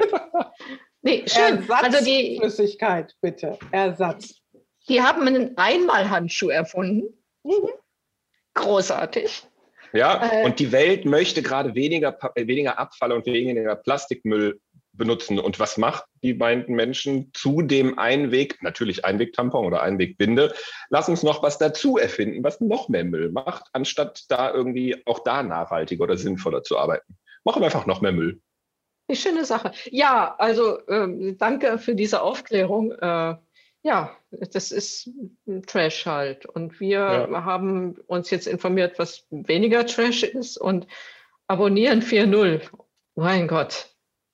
Nee, schön. Ersatzflüssigkeit, bitte. Ersatz. Die haben einen Einmalhandschuh erfunden. Mhm. Großartig. Ja, und die Welt möchte gerade weniger Abfall und weniger Plastikmüll benutzen. Und was macht die beiden Menschen zu dem natürlich Einwegtampon oder Einwegbinde? Lass uns noch was dazu erfinden, was noch mehr Müll macht, anstatt da irgendwie auch da nachhaltiger oder sinnvoller zu arbeiten. Machen wir einfach noch mehr Müll. Eine schöne Sache. Ja, also danke für diese Aufklärung. Ja, das ist Trash halt. Und wir haben uns jetzt informiert, was weniger Trash ist und abonnieren 4.0. Mein Gott.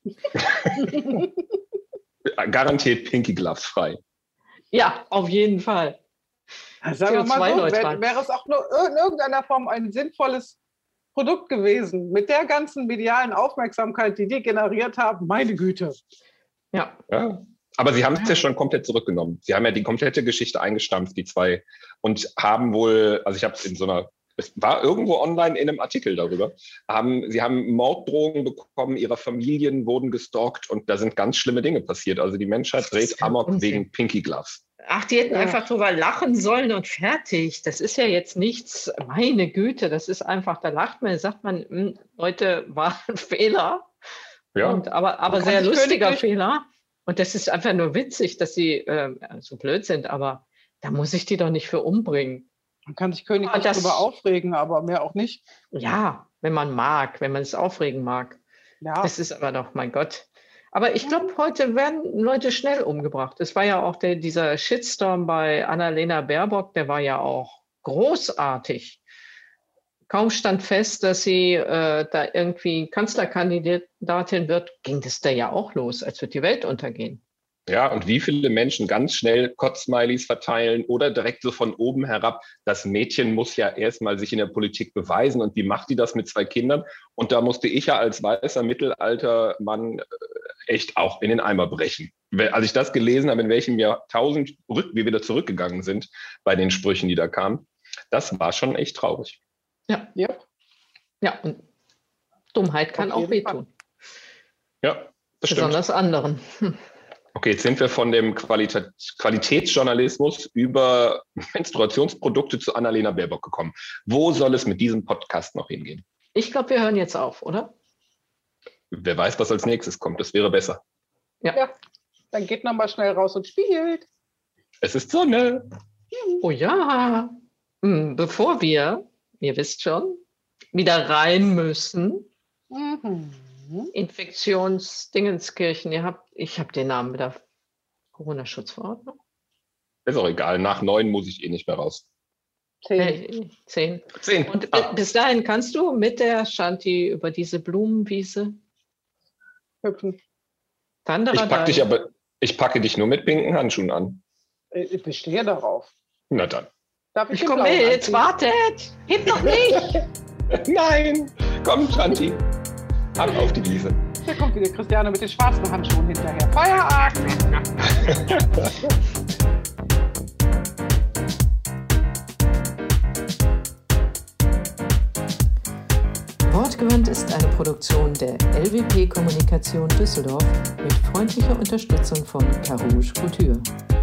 Garantiert Pinky Gloves frei. Ja, auf jeden Fall. Sagen wir mal so, wäre es auch nur in irgendeiner Form ein sinnvolles Produkt gewesen, mit der ganzen medialen Aufmerksamkeit, die generiert haben, meine Güte. Ja. Aber sie haben es ja schon komplett zurückgenommen. Sie haben ja die komplette Geschichte eingestampft, die 2, und haben wohl, also ich habe es es war irgendwo online in einem Artikel darüber, sie haben Morddrohungen bekommen, ihre Familien wurden gestalkt und da sind ganz schlimme Dinge passiert. Also die Menschheit dreht amok wegen Pinky Gloves. Ach, die hätten einfach drüber lachen sollen und fertig. Das ist ja jetzt nichts, meine Güte, das ist einfach, da lacht man, sagt man, Leute, war ein Fehler. Ja. Aber sehr lustiger Fehler. Und das ist einfach nur witzig, dass sie so blöd sind, aber da muss ich die doch nicht für umbringen. Man kann sich königlich darüber aufregen, aber mehr auch nicht. Ja, wenn man es aufregen mag. Ja. Das ist aber doch, mein Gott. Aber ich glaube, heute werden Leute schnell umgebracht. Es war ja auch dieser Shitstorm bei Annalena Baerbock, der war ja auch großartig. Kaum stand fest, dass sie da irgendwie Kanzlerkandidatin wird, ging das da ja auch los, als wird die Welt untergehen. Ja, und wie viele Menschen ganz schnell Kotzsmileys verteilen oder direkt so von oben herab. Das Mädchen muss ja erstmal sich in der Politik beweisen. Und wie macht die das mit 2 Kindern? Und da musste ich ja als weißer Mittelaltermann echt auch in den Eimer brechen. Als ich das gelesen habe, in welchem Jahr 1000 wir wieder zurückgegangen sind bei den Sprüchen, die da kamen, das war schon echt traurig. Ja, und Dummheit kann auch wehtun. Ja, das stimmt. Besonders anderen. Okay, jetzt sind wir von dem Qualitätsjournalismus über Menstruationsprodukte zu Annalena Baerbock gekommen. Wo soll es mit diesem Podcast noch hingehen? Ich glaube, wir hören jetzt auf, oder? Wer weiß, was als nächstes kommt. Das wäre besser. Ja, dann geht nochmal schnell raus und spielt. Es ist Sonne. Oh ja. Bevor wir, ihr wisst schon, wieder rein müssen, Infektionsdingenskirchen, ich habe den Namen wieder, Corona-Schutzverordnung. Ist auch egal, nach 9 muss ich nicht mehr raus. 10. Und bis dahin kannst du mit der Shanti über diese Blumenwiese hüpfen. Ich packe dich nur mit pinken Handschuhen an. Ich bestehe darauf. Na dann. Darf ich komme mit, wartet! Hebt noch nicht! Nein! Komm, Shanti. Ab auf die Wiese. Hier kommt wieder Christiane mit den schwarzen Handschuhen hinterher. Feierabend! Wortgewandt ist eine Produktion der LWP Kommunikation Düsseldorf mit freundlicher Unterstützung von Carouge Couture.